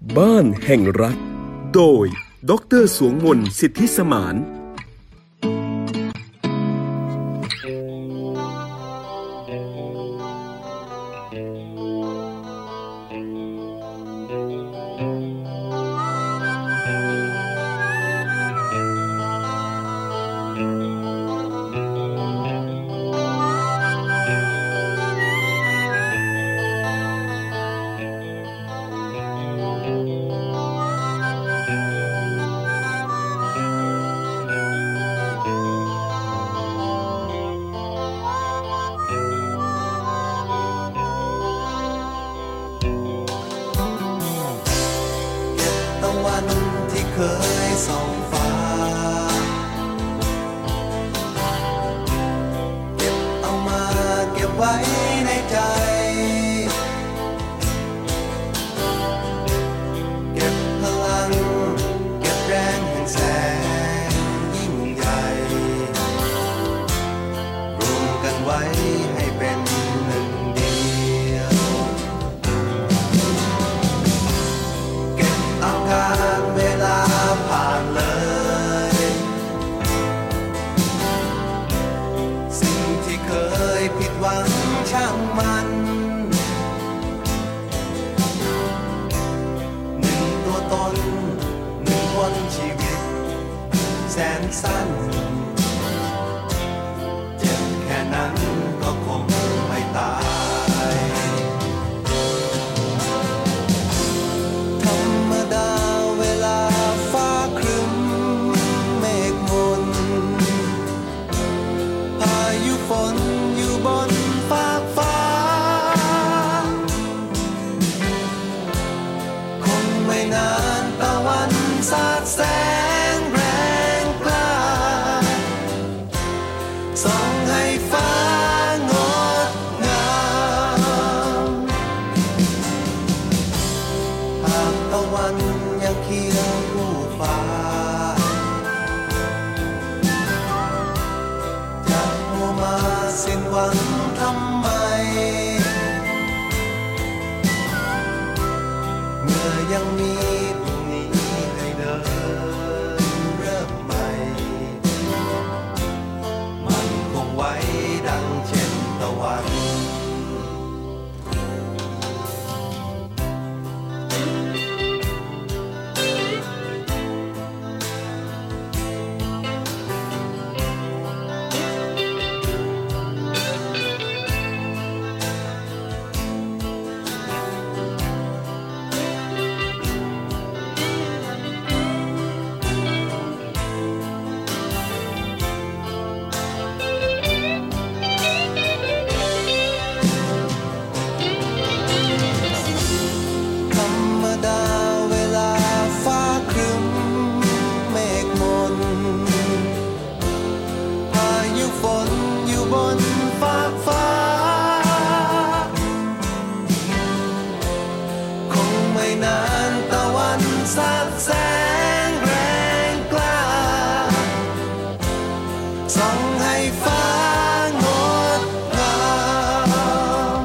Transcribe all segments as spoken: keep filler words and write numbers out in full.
บ้านแห่งรักโดยดร.สวงมนต์สิทธิสมานวันที่เคยส่องฟ้าเก็บเอามาเก็บไว้ในใจเก็บพลังเก็บแรงแห่งแสงยิ่งใหญ่รวมกันไว้ให้เป็นหนึ่งเดียวเก็บเอาการเวลาผ่านเลยสิ่งที่เคยผิดหวังช่างมันหนึ่งตัวตนหนึ่งวันชีวิตแสนสั้นเจ็บแค่นั้นก็คงไม่ตายธรรมดาเวลาฟ้าครึ้มเมฆมนพายุฝนอยู่บนฟากฟ้าคงไม่นานตะวันสาดแสงแรงกล้าส่องให้ฟ้างดงามหากตะวันยังเคียงคู่ฟ้าจะมัวมาสิ้นหวังทำไมเมื่อยังมีพรุ่งนี้ให้เดินเริ่มใหม่มันคงไว้ดังเช่นตะวันธรรมดาเวลาฟ้าครึ้มเมฆมนพายุฝนอยู่บนฟากฟ้าคงไม่นานตะวันสาดแสงแรงกล้าส่องให้ฟ้างดงาม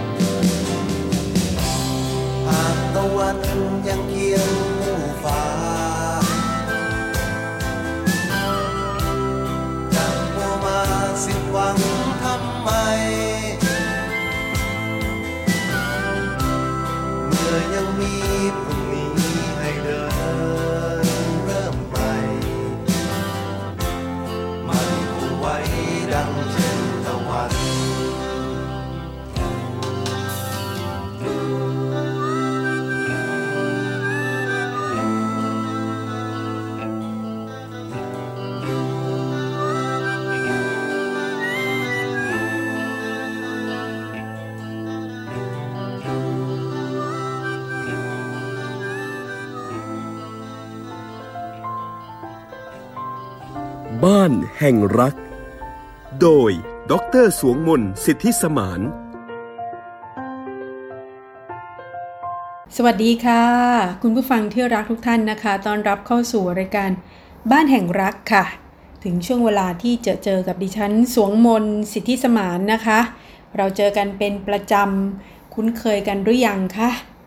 หากตะวันยังเคียงคู่ฟ้าจะมัวมาสิ้นหวังทำไมเมื่อยังมีพรุ่งนี้ให้เดินเริ่มใหม่มันคงไว้ดังเช่นตะวันบ้านแห่งรักโดยดร.สวงมนต์สิทธิสมานสวัสดีค่ะคุณผู้ฟังที่รักทุกท่านนะคะต้อนรับเข้าสู่รายการบ้านแห่งรักค่ะถึงช่วงเวลาที่จะเจอกับดิฉันสวงมนต์สิทธิสมานนะคะเราเจอกันเป็นประจำคุ้นเคยกันหรือยังคะ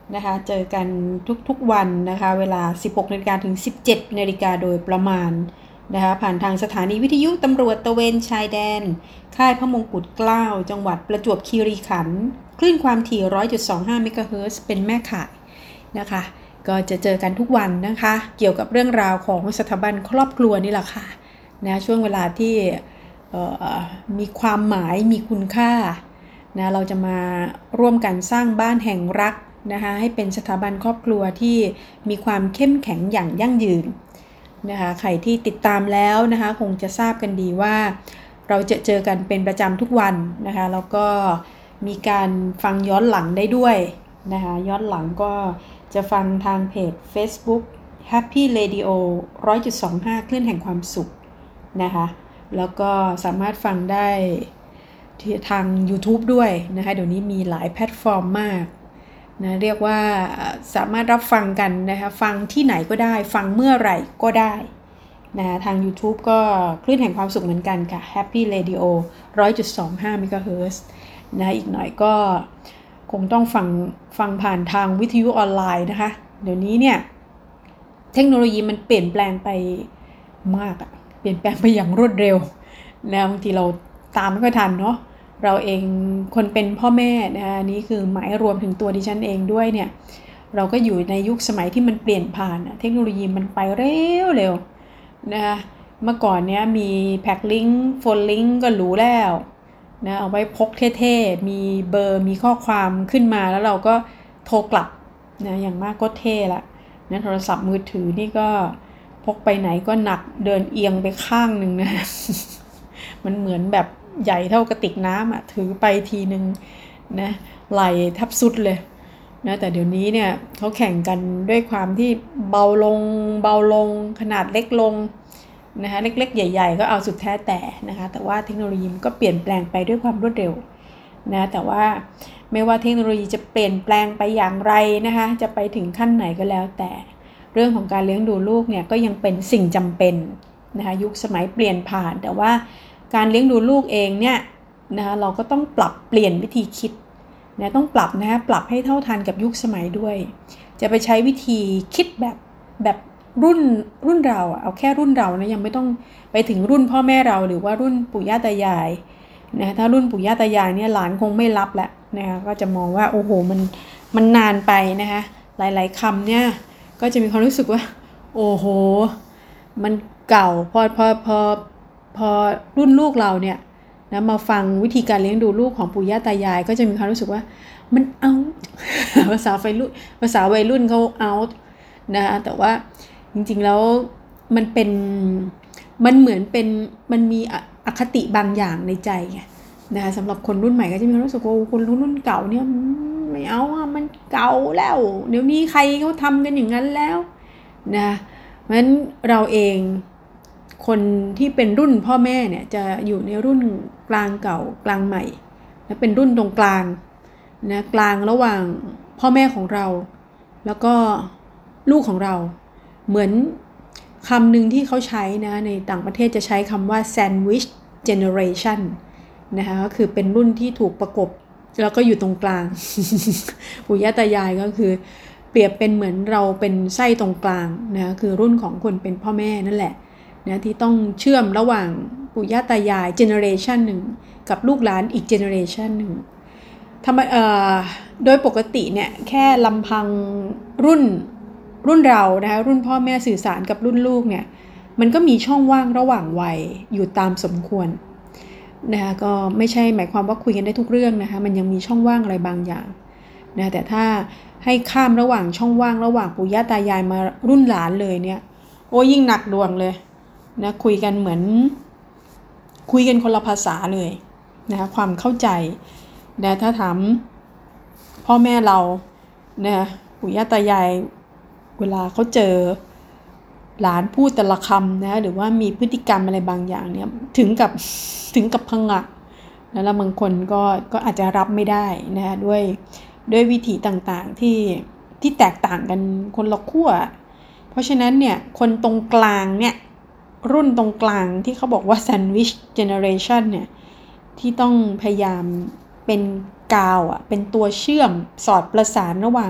นะคะเจอกันทุกๆวันนะคะเวลา สิบหกนาฬิกา ถึง สิบเจ็ดนาฬิกาโดยประมาณนะคะผ่านทางสถานีวิทยุตำรวจตระเวนชายแดนค่ายพระมงกุฎเกล้าจังหวัดประจวบคีรีขันธ์คลื่นความถี่ หนึ่งร้อยจุดสองห้า เมกะเฮิรตซ์เป็นแม่ข่ายนะคะก็จะเจอกันทุกวันนะคะเกี่ยวกับเรื่องราวของสถาบันครอบครัวนี่แหละค่ะนะช่วงเวลาที่มีความหมายมีคุณค่านะเราจะมาร่วมกันสร้างบ้านแห่งรักนะคะให้เป็นสถาบันครอบครัวที่มีความเข้มแข็งอย่างยั่งยืนนะคะใครที่ติดตามแล้วนะคะคงจะทราบกันดีว่าเราจะเจอกันเป็นประจำทุกวันนะคะแล้วก็มีการฟังย้อนหลังได้ด้วยนะคะย้อนหลังก็จะฟังทางเพจ Facebook Happy Radio หนึ่งร้อยจุดสองห้า คลื่นแห่งความสุขนะคะแล้วก็สามารถฟังได้ที่ทาง YouTube ด้วยนะคะเดี๋ยวนี้มีหลายแพลตฟอร์มมากนะเรียกว่าสามารถรับฟังกันนะคะฟังที่ไหนก็ได้ฟังเมื่อไหร่ก็ได้นะทาง YouTube ก็คลื่นแห่งความสุขเหมือนกันค่ะ Happy Radio หนึ่งร้อยจุดสองห้า เมกะเฮิรตซ์นะอีกหน่อยก็คงต้องฟังฟังผ่านทางวิทยุออนไลน์นะคะเดี๋ยวนี้เนี่ยเทคโนโลยีมันเปลี่ยนแปลงไปมากอะเปลี่ยนแปลงไปอย่างรวดเร็วนะบางทีเราตามไม่ค่อยทันเนาะเราเองคนเป็นพ่อแม่นะคะนี่คือหมายรวมถึงตัวดิฉันเองด้วยเนี่ยเราก็อยู่ในยุคสมัยที่มันเปลี่ยนผ่านเทคโนโลยีมันไปเร็วเร็วนะคะเมื่อก่อนเนี้ยมีแพ็คลิงก์โฟนลิงก์ก็รู้แล้วนะเอาไว้พกเท่ๆมีเบอร์มีข้อความขึ้นมาแล้วเราก็โทรกลับนะอย่างมากก็เท่ละนะโทรศัพท์มือถือนี่ก็พกไปไหนก็หนักเดินเอียงไปข้างหนึ่งนะ มันเหมือนแบบใหญ่เท่ากระติกน้ำอ่ะถือไปทีนึงนะไหลทับสุดเลยนะแต่เดี๋ยวนี้เนี่ยเขาแข่งกันด้วยความที่เบาลงเบาลงขนาดเล็กลงนะคะเล็กๆใหญ่ๆก็เอาสุดแท้แต่นะคะแต่ว่าเทคโนโลยีมันก็เปลี่ยนแปลงไปด้วยความรวดเร็วนะแต่ว่าไม่ว่าเทคโนโลยีจะเปลี่ยนแปลงไปอย่างไรนะคะจะไปถึงขั้นไหนก็แล้วแต่เรื่องของการเลี้ยงดูลูกเนี่ยก็ยังเป็นสิ่งจำเป็นนะคะยุคสมัยเปลี่ยนผ่านแต่ว่าการเลี้ยงดูลูกเองเนี่ยนะคะเราก็ต้องปรับเปลี่ยนวิธีคิดนะต้องปรับนะปรับให้เท่าทันกับยุคสมัยด้วยจะไปใช้วิธีคิดแบบแบบรุ่นรุ่นเราเอาแค่รุ่นเรานะยังไม่ต้องไปถึงรุ่นพ่อแม่เราหรือว่ารุ่นปู่ย่าตายายนะถ้ารุ่นปู่ย่าตายายเนี่ยหลานคงไม่รับแล้วนะคะก็จะมองว่าโอ้โหมันมันนานไปนะคะหลายๆคำเนี่ยก็จะมีความรู้สึกว่าโอ้โหมันเก่าพอพอพอพอรุ่นลูกเราเนี่ยนะมาฟังวิธีการเลี้ยงดูลูกของปู่ย่าตายายก็จะมีความรู้สึกว่ามันเอาภาษาวัยรุ่นภาษาวัยรุ่นเขาเอานะแต่ว่าจริงๆแล้วมันเป็นมันเหมือนเป็นมันมีอคติบางอย่างในใจไงนะคะสำหรับคนรุ่นใหม่ก็จะมีความรู้สึกว่าคนรุ่นเก่าเนี่ยไม่เอาอ่ะมันเก่าแล้วเดี๋ยวนี้ใครเขาทำกันอย่างนั้นแล้วนะเพราะฉะนั้นเราเองคนที่เป็นรุ่นพ่อแม่เนี่ยจะอยู่ในรุ่นกลางเก่ากลางใหม่และเป็นรุ่นตรงกลางนะกลางระหว่างพ่อแม่ของเราแล้วก็ลูกของเราเหมือนคำหนึ่งที่เขาใช้นะในต่างประเทศจะใช้คำว่า sandwich generation นะคะก็คือเป็นรุ่นที่ถูกประกบแล้วก็อยู่ตรงกลาง ปู่ย่าตายายก็คือเปรียบเป็นเหมือนเราเป็นไส้ตรงกลางนะคือรุ่นของคนเป็นพ่อแม่นั่นแหละนะที่ต้องเชื่อมระหว่างปู่ย่าตายาย generation หนึ่งกับลูกหลานอีก generation หนึ่งทำไมเอ่อโดยปกติเนี่ยแค่ลำพังรุ่นรุ่นเรานะคะรุ่นพ่อแม่สื่อสารกับรุ่นลูกเนี่ยมันก็มีช่องว่างระหว่างวัยอยู่ตามสมควรนะคะก็ไม่ใช่หมายความว่าคุยกันได้ทุกเรื่องนะคะมันยังมีช่องว่างอะไรบางอย่างนะแต่ถ้าให้ข้ามระหว่างช่องว่างระหว่างปู่ย่าตายายมารุ่นหลานเลยเนี่ยโอ้ยิ่งหนักดวงเลยนะคุยกันเหมือนคุยกันคนละภาษาเลยนะคะความเข้าใจนะถ้าถามพ่อแม่เรานะปู่ย่าตายายเวลาเขาเจอหลานพูดแต่ละคำนะหรือว่ามีพฤติกรรมอะไรบางอย่างเนี่ยถึงกับถึงกับพังงะแล้วบางคนก็ก็อาจจะรับไม่ได้นะด้วยด้วยวิธีต่างๆที่ที่แตกต่างกันคนละขั้วเพราะฉะนั้นเนี่ยคนตรงกลางเนี่ยรุ่นตรงกลางที่เขาบอกว่า sandwich generation เนี่ยที่ต้องพยายามเป็นกาวอ่ะเป็นตัวเชื่อมสอดประสานระหว่าง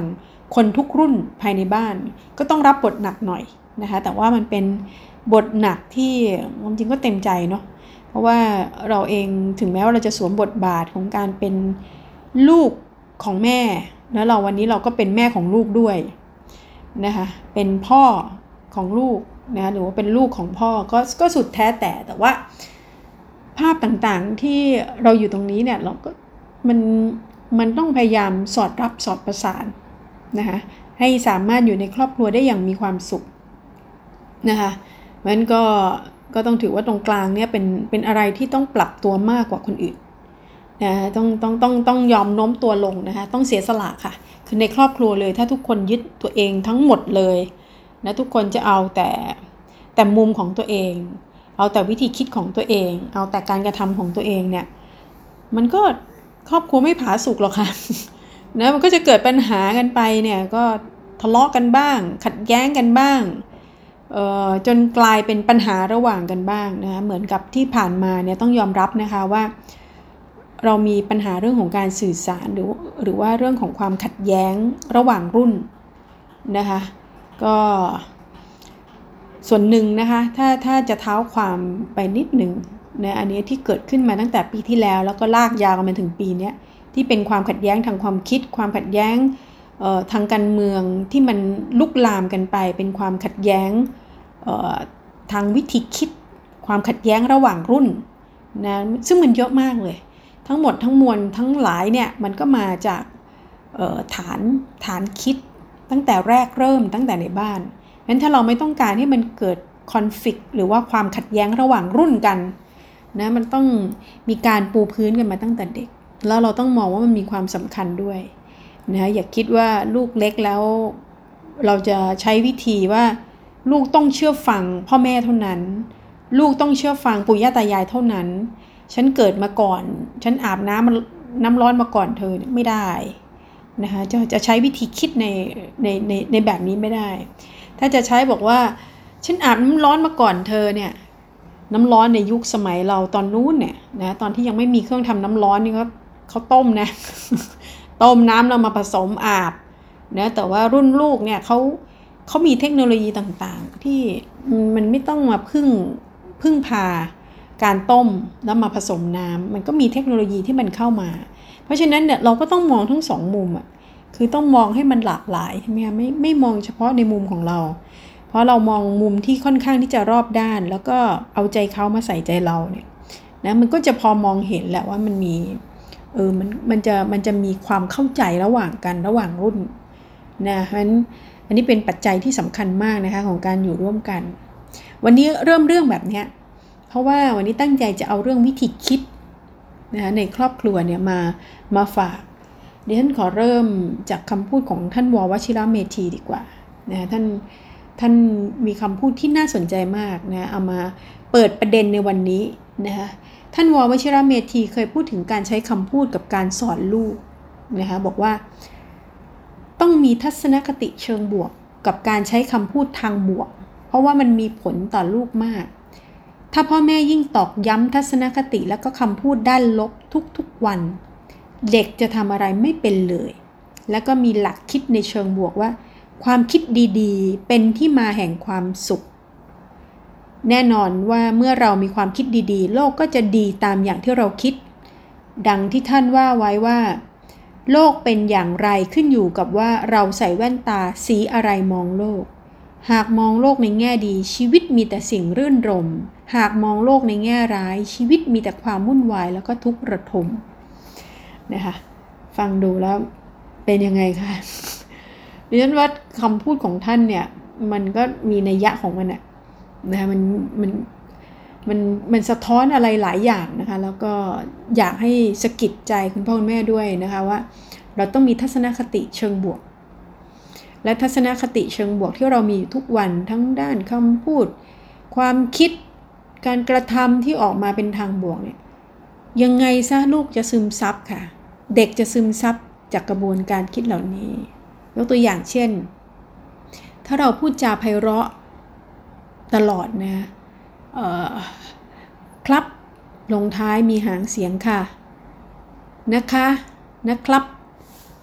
คนทุกรุ่นภายในบ้านก็ต้องรับบทหนักหน่อยนะคะแต่ว่ามันเป็นบทหนักที่จริงๆก็เต็มใจเนาะเพราะว่าเราเองถึงแม้ว่าเราจะสวมบทบาทของการเป็นลูกของแม่แล้วเราวันนี้เราก็เป็นแม่ของลูกด้วยนะคะเป็นพ่อของลูกนะหรือว่าเป็นลูกของพ่อก็ก็สุดแท้แต่แต่ว่าภาพต่างๆที่เราอยู่ตรงนี้เนี่ยเราก็มันมันต้องพยายามสอดรับสอดประสานนะคะให้สามารถอยู่ในครอบครัวได้อย่างมีความสุขนะคะมันก็ก็ต้องถือว่าตรงกลางเนี่ยเป็นเป็นอะไรที่ต้องปรับตัวมากกว่าคนอื่นนะต้องต้องต้องต้องยอมโน้มตัวลงนะคะต้องเสียสละค่ะคือในครอบครัวเลยถ้าทุกคนยึดตัวเองทั้งหมดเลยนะทุกคนจะเอาแต่แต่มุมของตัวเองเอาแต่วิธีคิดของตัวเองเอาแต่การกระทำของตัวเองเนี่ยมันก็ครอบครัวไม่ผาสุกหรอกค่ะนะมันก็จะเกิดปัญหากันไปเนี่ยก็ทะเลาะกันบ้างขัดแย้งกันบ้างเอ่อจนกลายเป็นปัญหาระหว่างกันบ้างนะคะเหมือนกับที่ผ่านมาเนี่ยต้องยอมรับนะคะว่าเรามีปัญหาเรื่องของการสื่อสารหรือหรือว่าเรื่องของความขัดแย้งระหว่างรุ่นนะคะก็ส่วนหนึ่งนะคะถ้าถ้าจะเท้าความไปนิดหนึ่งนะอันนี้ที่เกิดขึ้นมาตั้งแต่ปีที่แล้วแล้วก็ลากยาวมาถึงปีนี้ที่เป็นความขัดแย้งทางความคิดความขัดแย้งเอ่อทางการเมืองที่มันลุกลามกันไปเป็นความขัดแย้งเอ่อทางวิธีคิดความขัดแย้งระหว่างรุ่นนะซึ่งมันเยอะมากเลยทั้งหมดทั้งมวลทั้งหลายเนี่ยมันก็มาจากเอ่อฐานฐานคิดตั้งแต่แรกเริ่มตั้งแต่ในบ้านงั้นถ้าเราไม่ต้องการให้มันเกิดคอนฟลิกต์หรือว่าความขัดแย้งระหว่างรุ่นกันนะมันต้องมีการปูพื้นกันมาตั้งแต่เด็กแล้วเราต้องมองว่ามันมีความสำคัญด้วยนะอย่าคิดว่าลูกเล็กแล้วเราจะใช้วิธีว่าลูกต้องเชื่อฟังพ่อแม่เท่านั้นลูกต้องเชื่อฟังปู่ย่าตายายเท่านั้นฉันเกิดมาก่อนฉันอาบน้ำมันน้ำร้อนมาก่อนเธอไม่ได้นะคะจะจะใช้วิธีคิดในในในในแบบนี้ไม่ได้ถ้าจะใช้บอกว่าฉันอาบน้ำร้อนมาก่อนเธอเนี่ยน้ำร้อนในยุคสมัยเราตอนนู้นเนี่ยนะตอนที่ยังไม่มีเครื่องทำน้ำร้อนนี่เขาเขาต้มนะ ต้มน้ำแล้วมาผสมอาบนะแต่ว่ารุ่นลูกเนี่ยเขาเขามีเทคโนโลยีต่างๆที่มันไม่ต้องมาพึ่งพึ่งพาการต้มแล้วมาผสมน้ำมันก็มีเทคโนโลยีที่มันเข้ามาเพราะฉะนั้นเนี่ยเราก็ต้องมองทั้งสองมุมอ่ะคือต้องมองให้มันหลากหลายใช่ไหมคะไม่ไม่มองเฉพาะในมุมของเราเพราะเรามองมุมที่ค่อนข้างที่จะรอบด้านแล้วก็เอาใจเขามาใส่ใจเราเนี่ยนะมันก็จะพอมองเห็นแหละว่ามันมีเออมันมันจะมันจะมีความเข้าใจระหว่างกันระหว่างรุ่นนะเพราะฉะนั้นอันนี้เป็นปัจจัยที่สำคัญมากนะคะของการอยู่ร่วมกันวันนี้เริ่มเรื่องแบบนี้เพราะว่าวันนี้ตั้งใจจะเอาเรื่องวิธีคิดนะคะในครอบครัวเนี่ยมามาฝากดิฉันขอเริ่มจากคำพูดของท่านว.วชิระเมธีดีกว่านะท่านท่านมีคำพูดที่น่าสนใจมากนะเอามาเปิดประเด็นในวันนี้นะคะท่านว.วชิระเมธีเคยพูดถึงการใช้คำพูดกับการสอนลูกนะคะบอกว่าต้องมีทัศนคติเชิงบวกกับการใช้คำพูดทางบวกเพราะว่ามันมีผลต่อลูกมากถ้าพ่อแม่ยิ่งตอกย้ำทัศนคติและก็คำพูดด้านลบทุกๆวันเด็กจะทำอะไรไม่เป็นเลยแล้วก็มีหลักคิดในเชิงบวกว่าความคิดดีๆเป็นที่มาแห่งความสุขแน่นอนว่าเมื่อเรามีความคิดดีๆโลกก็จะดีตามอย่างที่เราคิดดังที่ท่านว่าไว้ว่าโลกเป็นอย่างไรขึ้นอยู่กับว่าเราใส่แว่นตาสีอะไรมองโลกหากมองโลกในแง่ดีชีวิตมีแต่สิ่งรื่นรมหากมองโลกในแง่ร้ายชีวิตมีแต่ความวุ่นวายแล้วก็ทุกข์ระทมนะคะฟังดูแล้วเป็นยังไงคะดิฉันว่าคำพูดของท่านเนี่ยมันก็มีนัยยะของมันอะนะคะมันมันมันมันสะท้อนอะไรหลายอย่างนะคะแล้วก็อยากให้สะกิดใจคุณพ่อคุณแม่ด้วยนะคะว่าเราต้องมีทัศนคติเชิงบวกและทัศนคติเชิงบวกที่เรามีทุกวันทั้งด้านคำพูดความคิดการกระทำที่ออกมาเป็นทางบวกเนี่ยยังไงซะลูกจะซึมซับค่ะเด็กจะซึมซับจากกระบวนการคิดเหล่านี้ยกตัวอย่างเช่นถ้าเราพูดจาไพเราะตลอดนะเอ่อครับลงท้ายมีหางเสียงค่ะนะคะนะครับ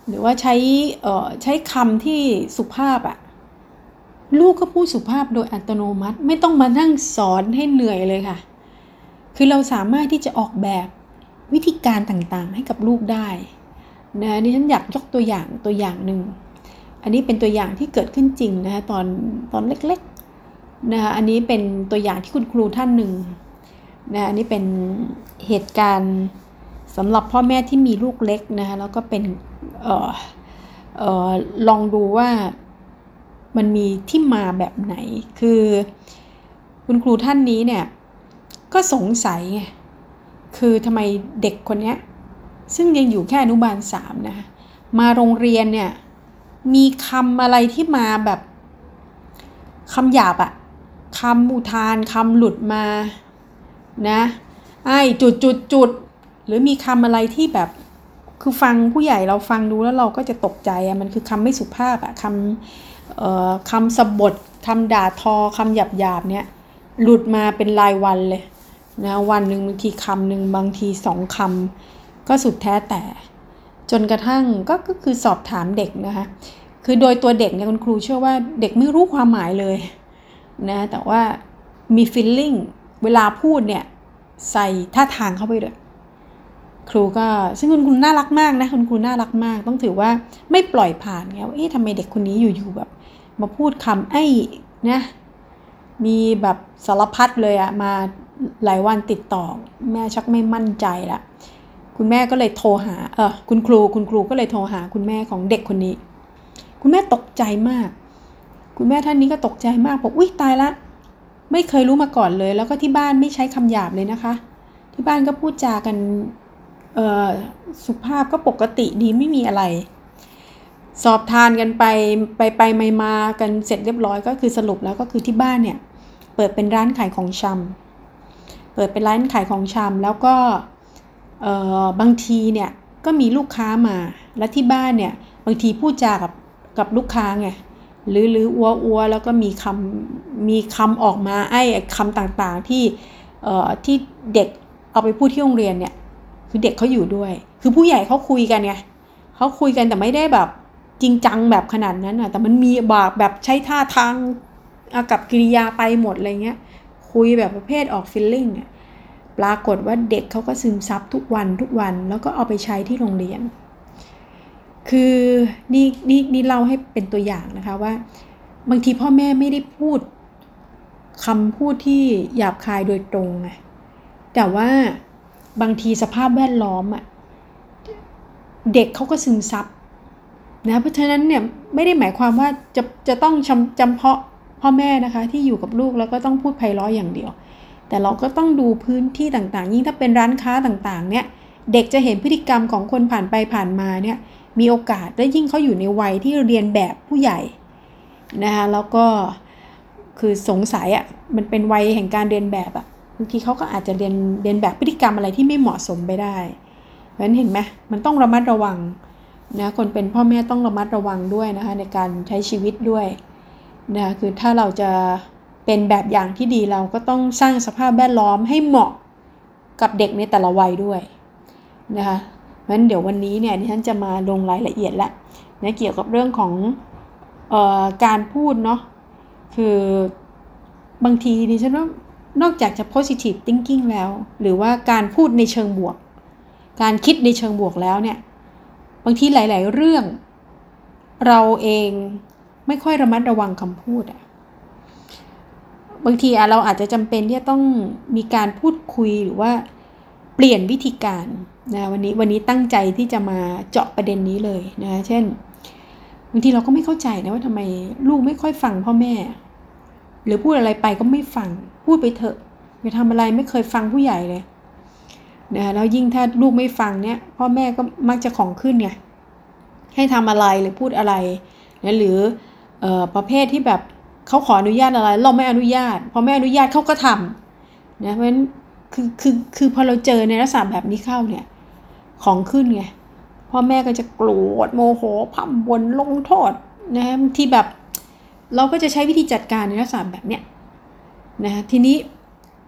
หรือว่าใช้เอ่อใช้คำที่สุภาพอะลูกก็พูดสุภาพโดยอัตโนมัติไม่ต้องมานั่งสอนให้เหนื่อยเลยค่ะคือเราสามารถที่จะออกแบบวิธีการต่างๆให้กับลูกได้นะนี่ฉันอยากยกตัวอย่างตัวอย่างหนึ่งอันนี้เป็นตัวอย่างที่เกิดขึ้นจริงนะคะตอนตอนเล็กๆนะคะอันนี้เป็นตัวอย่างที่คุณครูท่านหนึ่งนะอันนี้เป็นเหตุการณ์สำหรับพ่อแม่ที่มีลูกเล็กนะคะแล้วก็เป็นเอ่อเอ่อลองดูว่ามันมีที่มาแบบไหนคือคุณครูท่านนี้เนี่ยก็สงสัยไงคือทำไมเด็กคนนี้ซึ่งยังอยู่แค่อนุบาลสามนะคะมาโรงเรียนเนี่ยมีคำอะไรที่มาแบบคำหยาบอะคำอุทานคำหลุดมานะไอ้จุดจุดจุดหรือมีคำอะไรที่แบบคือฟังผู้ใหญ่เราฟังดูแล้วเราก็จะตกใจอะมันคือคำไม่สุภาพอะคำเอ่อคำสบถคำด่าทอคำหยาบหยาบเนี่ยหลุดมาเป็นรายวันเลยนะวันหนึ่งบางทีคำหนึ่งบางทีสองคำก็สุดแท้แต่จนกระทั่งก็ก็คือสอบถามเด็กนะคะคือโดยตัวเด็กเนี่ยคุณครูเชื่อว่าเด็กไม่รู้ความหมายเลยนะแต่ว่ามี feeling เวลาพูดเนี่ยใส่ท่าทางเข้าไปด้วยครูก็ซึ่งคุณครูน่ารักมากนะคุณครูน่ารักมากต้องถือว่าไม่ปล่อยผ่านไงว่าเอ๊ะทำไมเด็กคนนี้อยู่ๆแบบมาพูดคำไอ้นะมีแบบสารพัดเลยอะมาหลายวันติดต่อแม่ชักไม่มั่นใจละคุณแม่ก็เลยโทรหาเออคุณครูคุณครูก็เลยโทรหาคุณแม่ของเด็กคนนี้คุณแม่ตกใจมากคุณแม่ท่านนี้ก็ตกใจมากบอกอุ๊ยตายละไม่เคยรู้มาก่อนเลยแล้วก็ที่บ้านไม่ใช้คำหยาบเลยนะคะที่บ้านก็พูดจากันเอ่อสุภาพก็ปกติดีไม่มีอะไรสอบทานกันไปไปไปมามากันเสร็จเรียบร้อยก็คือสรุปแล้วก็คือที่บ้านเนี่ยเปิดเป็นร้านขายของชำเปิดเป็นร้านขายของชำแล้วก็เอ่อบางทีเนี่ยก็มีลูกค้ามาและที่บ้านเนี่ยบางทีพูดจากับกับลูกค้าไงหรือหรืออัวอัวแล้วก็มีคำมีคำออกมาไอ้คำต่างๆที่เอ่อที่เด็กเอาไปพูดที่โรงเรียนเนี่ยคือเด็กเขาอยู่ด้วยคือผู้ใหญ่เขาคุยกันไงเขาคุยกันแต่ไม่ได้แบบจริงจังแบบขนาดนั้นอ่ะแต่มันมีแบบแบบใช้ท่าทางอากับกิริยาไปหมดอะไรเงี้ยคุยแบบประเภทออกฟีลลิ่งอ่ะปรากฏว่าเด็กเขาก็ซึมซับทุกวันทุกวันแล้วก็เอาไปใช้ที่โรงเรียนคือนี่นี่นี่เล่าให้เป็นตัวอย่างนะคะว่าบางทีพ่อแม่ไม่ได้พูดคำพูดที่หยาบคายโดยตรงไงแต่ว่าบางทีสภาพแวดล้อมอ่ะเด็กเขาก็ซึมซับนะเพราะฉะนั้นเนี่ยไม่ได้หมายความว่าจะจะต้องจำจำเพาะพ่อแม่นะคะที่อยู่กับลูกแล้วก็ต้องพูดไพเราะอย่างเดียวแต่เราก็ต้องดูพื้นที่ต่างๆยิ่งถ้าเป็นร้านค้าต่างๆเนี่ยเด็กจะเห็นพฤติกรรมของคนผ่านไปผ่านมาเนี่ยมีโอกาสและยิ่งเขาอยู่ในวัยที่เรียนแบบผู้ใหญ่นะคะแล้วก็คือสงสัยอ่ะมันเป็นวัยแห่งการเรียนแบบอ่ะบางทีเขาก็อาจจะเรียนเรียนแบบพฤติกรรมอะไรที่ไม่เหมาะสมไปได้เพราะฉะนั้นเห็นไหมมันต้องระมัดระวังนะคนเป็นพ่อแม่ต้องระมัดระวังด้วยนะคะในการใช้ชีวิตด้วยนะคือถ้าเราจะเป็นแบบอย่างที่ดีเราก็ต้องสร้างสภาพแวดล้อมให้เหมาะกับเด็กในแต่ละวัยด้วยนะคะเพราะฉะนั้นเดี๋ยววันนี้เนี่ยดิฉันจะมาลงรายละเอียดละนะเกี่ยวกับเรื่องของเอ่อการพูดเนาะคือบางทีดิฉันว่านอกจากจะ positive thinking แล้วหรือว่าการพูดในเชิงบวกการคิดในเชิงบวกแล้วเนี่ยบางทีหลายๆเรื่องเราเองไม่ค่อยระมัดระวังคำพูดอ่ะบางทีอ่ะเราอาจจะจำเป็นที่จะต้องมีการพูดคุยหรือว่าเปลี่ยนวิธีการนะวันนี้วันนี้ตั้งใจที่จะมาเจาะประเด็นนี้เลยนะเช่นบางทีเราก็ไม่เข้าใจนะว่าทำไมลูกไม่ค่อยฟังพ่อแม่หรือพูดอะไรไปก็ไม่ฟังพูดไปเถอะไปทำอะไรไม่เคยฟังผู้ใหญ่เลยนะแล้วยิ่งถ้าลูกไม่ฟังเนี่ยพ่อแม่ก็มักจะของขึ้นไงให้ทำอะไรหรือพูดอะไรนะหรือเอ่อประเภทที่แบบเขาขออนุญาตอะไรเราไม่อนุญาตพอไม่อนุญาตเขาก็ทำนะเพราะฉะนั้นคือคือคือพอเราเจอในลักษณะแบบนี้เข้าเนี่ยของขึ้นไงพ่อแม่ก็จะโกรธโมโหพร่ำบ่นลงโทษนะบางทีแบบเราก็จะใช้วิธีจัดการในลักษณะแบบเนี้ยนะทีนี้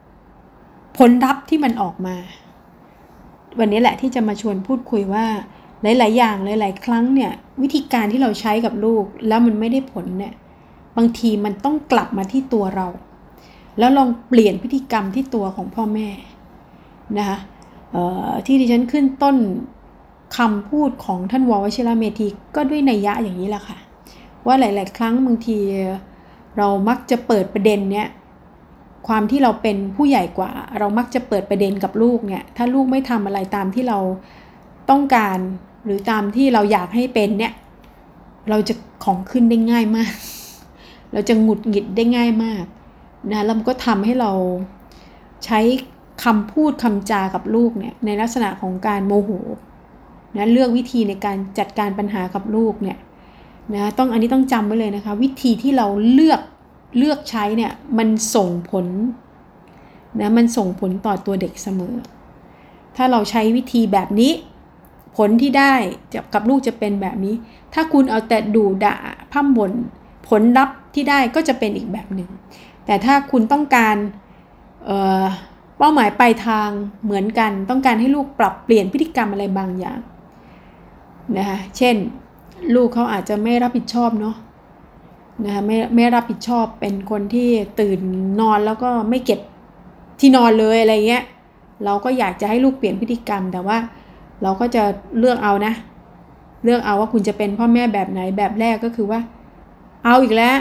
ผลลัพธ์ที่มันออกมาวันนี้แหละที่จะมาชวนพูดคุยว่าหลายๆอย่างหลายๆครั้งเนี่ยวิธีการที่เราใช้กับลูกแล้วมันไม่ได้ผลเนี่ยบางทีมันต้องกลับมาที่ตัวเราแล้วลองเปลี่ยนพฤติกรรมที่ตัวของพ่อแม่นะคะที่ดิฉันขึ้นต้นคำพูดของท่านว.วชิรเมธีก็ด้วยนัยยะอย่างนี้แหละค่ะว่าหลายๆครั้งบางทีเรามักจะเปิดประเด็นเนี้ยความที่เราเป็นผู้ใหญ่กว่าเรามักจะเปิดประเด็นกับลูกเนี่ยถ้าลูกไม่ทำอะไรตามที่เราต้องการหรือตามที่เราอยากให้เป็นเนี่ยเราจะของขึ้นได้ง่ายมากเราจะหงุดหงิดได้ง่ายมากนะแล้วมันก็ทำให้เราใช้คำพูดคำจากับลูกเนี่ยในลักษณะของการโมโหนะเลือกวิธีในการจัดการปัญหากับลูกเนี่ยนะต้องอันนี้ต้องจำไว้เลยนะคะวิธีที่เราเลือกเลือกใช้เนี่ยมันส่งผลนะมันส่งผลต่อตัวเด็กเสมอถ้าเราใช้วิธีแบบนี้ผลที่ได้กับลูกจะเป็นแบบนี้ถ้าคุณเอาแต่ดุด่าพร่ำบ่นผลลัพธ์ที่ได้ก็จะเป็นอีกแบบหนึ่งแต่ถ้าคุณต้องการเอ่อเป้าหมายปลายทางเหมือนกันต้องการให้ลูกปรับเปลี่ยนพฤติกรรมอะไรบางอย่างนะคะเช่นลูกเขาอาจจะไม่รับผิดชอบเนาะนะคะไม่ไม่รับผิดชอบเป็นคนที่ตื่นนอนแล้วก็ไม่เก็บที่นอนเลยอะไรเงี้ยเราก็อยากจะให้ลูกเปลี่ยนพฤติกรรมแต่ว่าเราก็จะเลือกเอานะเลือกเอาว่าคุณจะเป็นพ่อแม่แบบไหนแบบแรกก็คือว่าเอาอีกแล้ว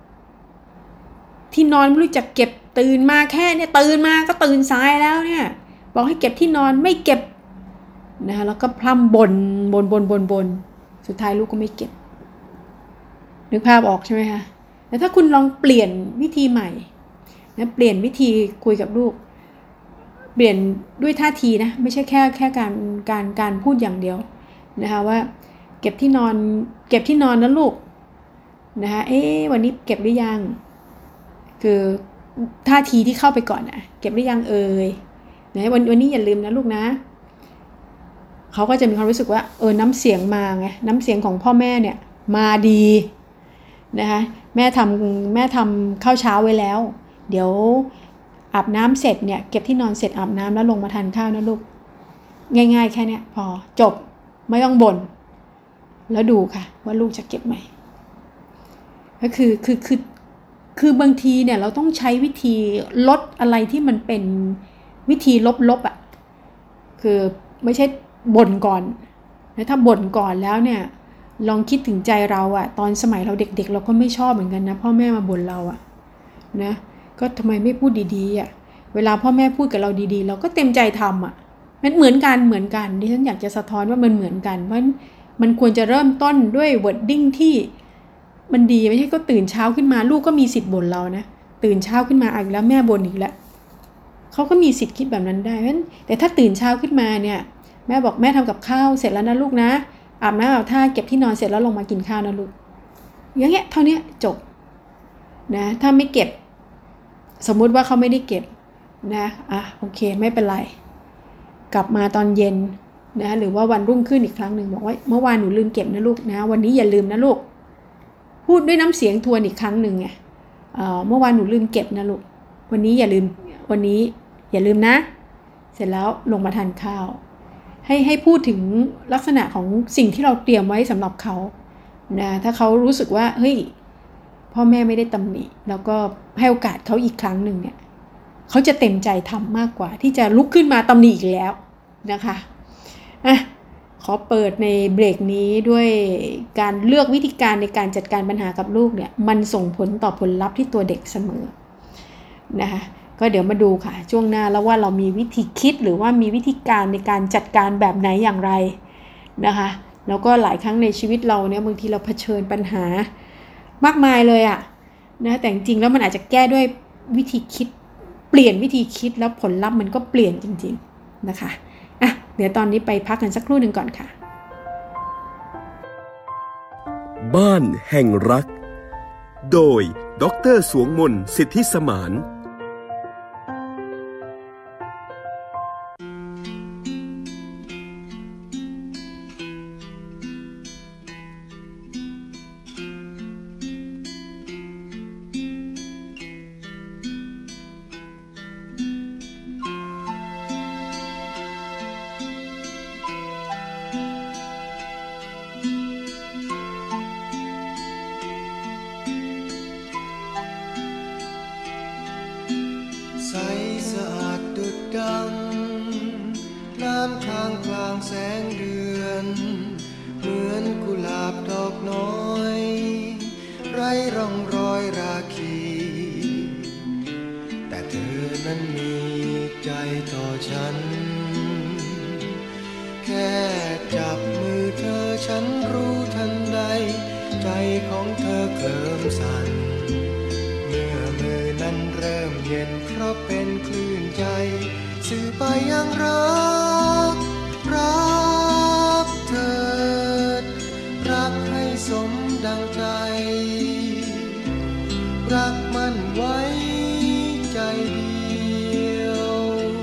ที่นอนไม่รู้จักเก็บตื่นมาแค่เนี่ยตื่นมาก็ตื่นสายแล้วเนี่ยบอกให้เก็บที่นอนไม่เก็บนะคะแล้วก็พร่ำบ่นบ่นบ่นบ่นบ่นสุดท้ายลูกก็ไม่เก็บนึกภาพออกใช่ไหมคะแต่ถ้าคุณลองเปลี่ยนวิธีใหม่นะเปลี่ยนวิธีคุยกับลูกเปลี่ยนด้วยท่าทีนะไม่ใช่แค่แค่การการการพูดอย่างเดียวนะคะว่าเก็บที่นอนเก็บที่นอนนะลูกนะคะเอ๊ะวันนี้เก็บหรือยังคือท่าทีที่เข้าไปก่อนนะเก็บหรือยังเอ่ยนะวันวันนี้อย่าลืมนะลูกนะเขาก็จะมีความรู้สึกว่าเออน้ำเสียงมาไงน้ำเสียงของพ่อแม่เนี่ยมาดีนะคะแม่ทำแม่ทำข้าวเช้าไว้แล้วเดี๋ยวอาบน้ำเสร็จเนี่ยเก็บที่นอนเสร็จอาบน้ำแล้วลงมาทานข้าวนะลูกง่ายๆแค่นี้พอจบไม่ต้องบ่นแล้วดูค่ะว่าลูกจะเก็บไหมก็คือคือคือคือบางทีเนี่ยเราต้องใช้วิธีลดอะไรที่มันเป็นวิธีลบๆอ่ะคือไม่ใช่บ่นก่อนแล้วถ้าบ่นก่อนแล้วเนี่ยลองคิดถึงใจเราอ่ะตอนสมัยเราเด็กๆเราก็ไม่ชอบเหมือนกันนะพ่อแม่มาบ่นเราอ่ะนะก็ทำไมไม่พูดดีๆอ่ะเวลาพ่อแม่พูดกับเราดีๆเราก็เต็มใจทำอ่ะมันเหมือนกันเหมือนกันดิฉันอยากจะสะท้อนว่ามันเหมือนกันเพราะมันควรจะเริ่มต้นด้วย wording ที่มันดีไม่ใช่ก็ตื่นเช้าขึ้นมาลูกก็มีสิทธิ์บ่นเรานะตื่นเช้าขึ้นมาอีกแล้วแม่บ่นอีกแล้วเขาก็มีสิทธิ์คิดแบบนั้นได้เพราะฉะนั้นแต่ถ้าตื่นเช้าขึ้นมาเนี่ยแม่บอกแม่ทำกับข้าวเสร็จแล้วนะลูกนะอาบน้ำอาบท่าเก็บที่นอนเสร็จแล้วลงมากินข้าวนะลูกอย่างเงี้ยเท่านี้จบนะถ้าไม่เก็บสมมุติว่าเขาไม่ได้เก็บนะอ่ะโอเคไม่เป็นไรกลับมาตอนเย็นนะหรือว่าวันรุ่งขึ้นอีกครั้งหนึ่งบอกว่าเมื่อวานหนูลืมเก็บนะลูกนะวันนี้อย่าลืมนะลูกพูดด้วยน้ำเสียงทวนอีกครั้งหนึ่งไงเอ่อเมื่อวานหนูลืมเก็บนะลูกวันนี้อย่าลืมวันนี้อย่าลืมนะเสร็จแล้วลงมาทานข้าวให้ให้พูดถึงลักษณะของสิ่งที่เราเตรียมไว้สำหรับเขานะถ้าเขารู้สึกว่าเฮ้ยพ่อแม่ไม่ได้ตำหนิแล้วก็ให้โอกาสเขาอีกครั้งหนึ่งเนี่ยเขาจะเต็มใจทำมากกว่าที่จะลุกขึ้นมาตำหนิอีกแล้วนะคะอ่ะขอเปิดในเบรกนี้ด้วยการเลือกวิธีการในการจัดการปัญหากับลูกเนี่ยมันส่งผลต่อผลลัพธ์ที่ตัวเด็กเสมอนะคะก็เดี๋ยวมาดูค่ะช่วงหน้าแล้วว่าเรามีวิธีคิดหรือว่ามีวิธีการในการจัดการแบบไหนอย่างไรนะคะแล้วก็หลายครั้งในชีวิตเราเนี่ยบางทีเราเผชิญปัญหามากมายเลยอะนะแต่จริงๆแล้วมันอาจจะแก้ด้วยวิธีคิดเปลี่ยนวิธีคิดแล้วผลลัพธ์มันก็เปลี่ยนจริงๆนะคะอ่ะเดี๋ยวตอนนี้ไปพักกันสักครู่หนึ่งก่อนค่ะบ้านแห่งรักโดยดร.สวงมนต์สิทธิสมานดังน้ำค้างกลางแสงเดือนเหมือนกุหลาบดอกน้อยไร้ร่องรอยราคีแต่เธอนั้นมีใจต่อฉันแค่จับมือเธอฉันรู้ทันใดใจของเธอเคลิ้มสั่นเมื่อมือนั้นเริ่มเย็นเพราะเป็นคลื่นใจสื่อไปยังรักรักเถิดรักให้สมดังใจรักมันไว้ใจเดียว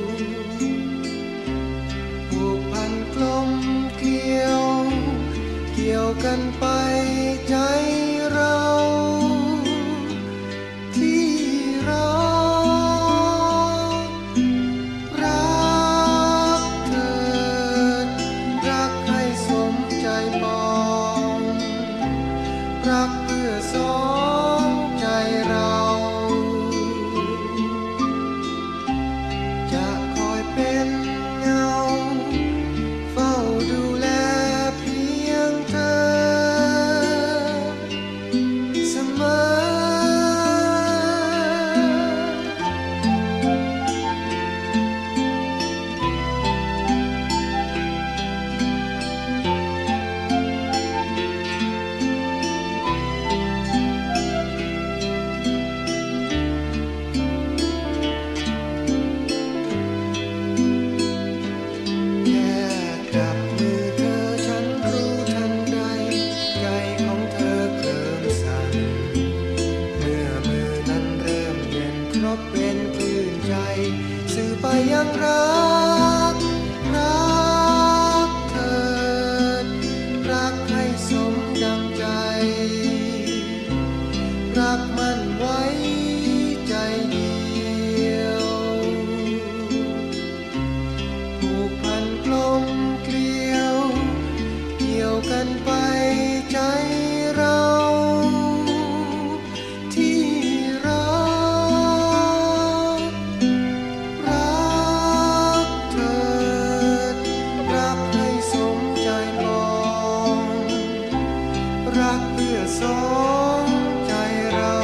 ผูกพันกลมเกลียวเกี่ยวกันไปใจเราที่รักรักเถิดรักให้สมใจปองรักเพื่อสองใจเราจะคอยเป็นเงาเฝ้าดูแลเพียงเธอเสมอแค่จับมือเธอฉันรู้ทันใดใจของเธอเคลิ้มสั่นเมื่อมือนั้นเริ่มเย็นเพราะเป็นคลื่นใจสื่อไปยังรักรักเถิดรักให้สมดังใจรักมันไว้ใจเดียวผูกพันกลมเกลียวเกี่ยวกันไปใจเราที่รักรักเถิดรักให้สมใจปองรักเพื่อสองใจเรา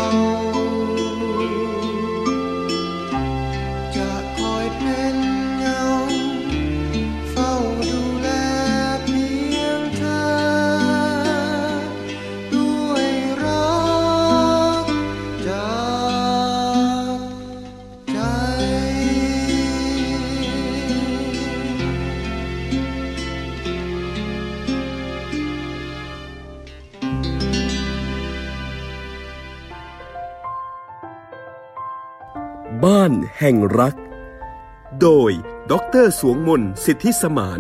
จะคอยเป็นเงาเฝ้าดูแลเพียงเธอด้วยรักจากใจบ้านแห่งรัก โดยด็อกเตอร์สวงมนสิทธิสมาน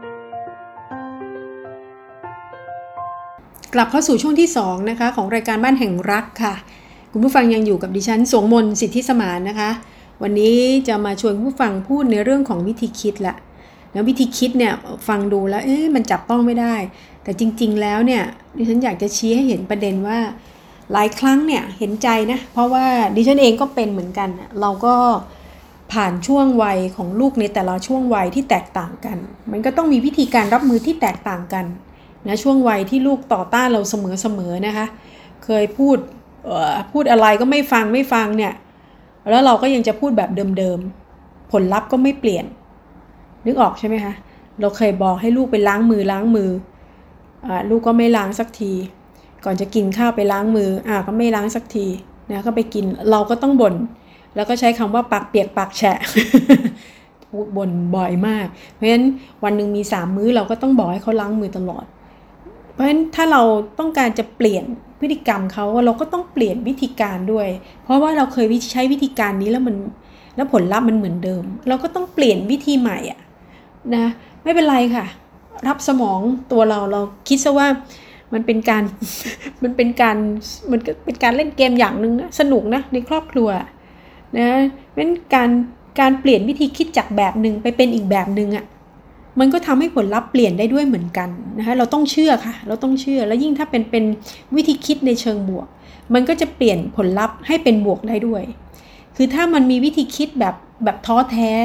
กลับเข้าสู่ช่วงที่สองนะคะของรายการบ้านแห่งรักค่ะคุณผู้ฟังยังอยู่กับดิฉันสวงมนสิทธิสมานนะคะวันนี้จะมาชวนผู้ฟังพูดในเรื่องของวิธีคิดละแล้ววิธีคิดเนี่ยฟังดูแล้วเอ๊ะมันจับต้องไม่ได้แต่จริงๆแล้วเนี่ยดิฉันอยากจะชี้ให้เห็นประเด็นว่าหลายครั้งเนี่ยเห็นใจนะเพราะว่าดิฉันเองก็เป็นเหมือนกันเราก็ผ่านช่วงวัยของลูกในแต่ละช่วงวัยที่แตกต่างกันมันก็ต้องมีวิธีการรับมือที่แตกต่างกันนะช่วงวัยที่ลูกต่อต้านเราเสมอๆนะคะเคยพูดเอ่อพูดอะไรก็ไม่ฟังไม่ฟังเนี่ยแล้วเราก็ยังจะพูดแบบเดิมๆผลลัพธ์ก็ไม่เปลี่ยนนึกออกใช่ไหมคะเราเคยบอกให้ลูกไปล้างมือล้างมืออ่าลูกก็ไม่ล้างสักทีก่อนจะกินข้าวไปล้างมืออ่าก็ไม่ล้างสักทีนะก็ไปกินเราก็ต้องบ่นแล้วก็ใช้คำว่าปากเปียกปากแฉะ พูดบ่นบ่อยมากเพราะฉะนั้นวันหนึ่งมีสามมื้อเราก็ต้องบอกให้เขาล้างมือตลอดเพราะฉะนั้นถ้าเราต้องการจะเปลี่ยนพฤติกรรมเขาเราก็ต้องเปลี่ยนวิธีการด้วยเพราะว่าเราเคยใช้วิธีการนี้แล้วมันแล้วผลลัพธ์มันเหมือนเดิมเราก็ต้องเปลี่ยนวิธีใหม่อ่ะนะไม่เป็นไรค่ะรับสมองตัวเราเราคิดซะว่ามันเป็นการ มันเป็นการมันก็เป็นการเล่นเกมอย่างนึงนะสนุกนะในครอบครัวนะเป็นการการเปลี่ยนวิธีคิดจากแบบนึงไปเป็นอีกแบบนึงอ่ะมันก็ทำให้ผลลัพธ์เปลี่ยนได้ด้วยเหมือนกันนะคะเราต้องเชื่อค่ะเราต้องเชื่อแล้วยิ่งถ้าเป็นเป็นวิธีคิดในเชิงบวกมันก็จะเปลี่ยนผลลัพธ์ให้เป็นบวกได้ด้วยคือถ้ามันมีวิธีคิดแบบแบบท้อแท้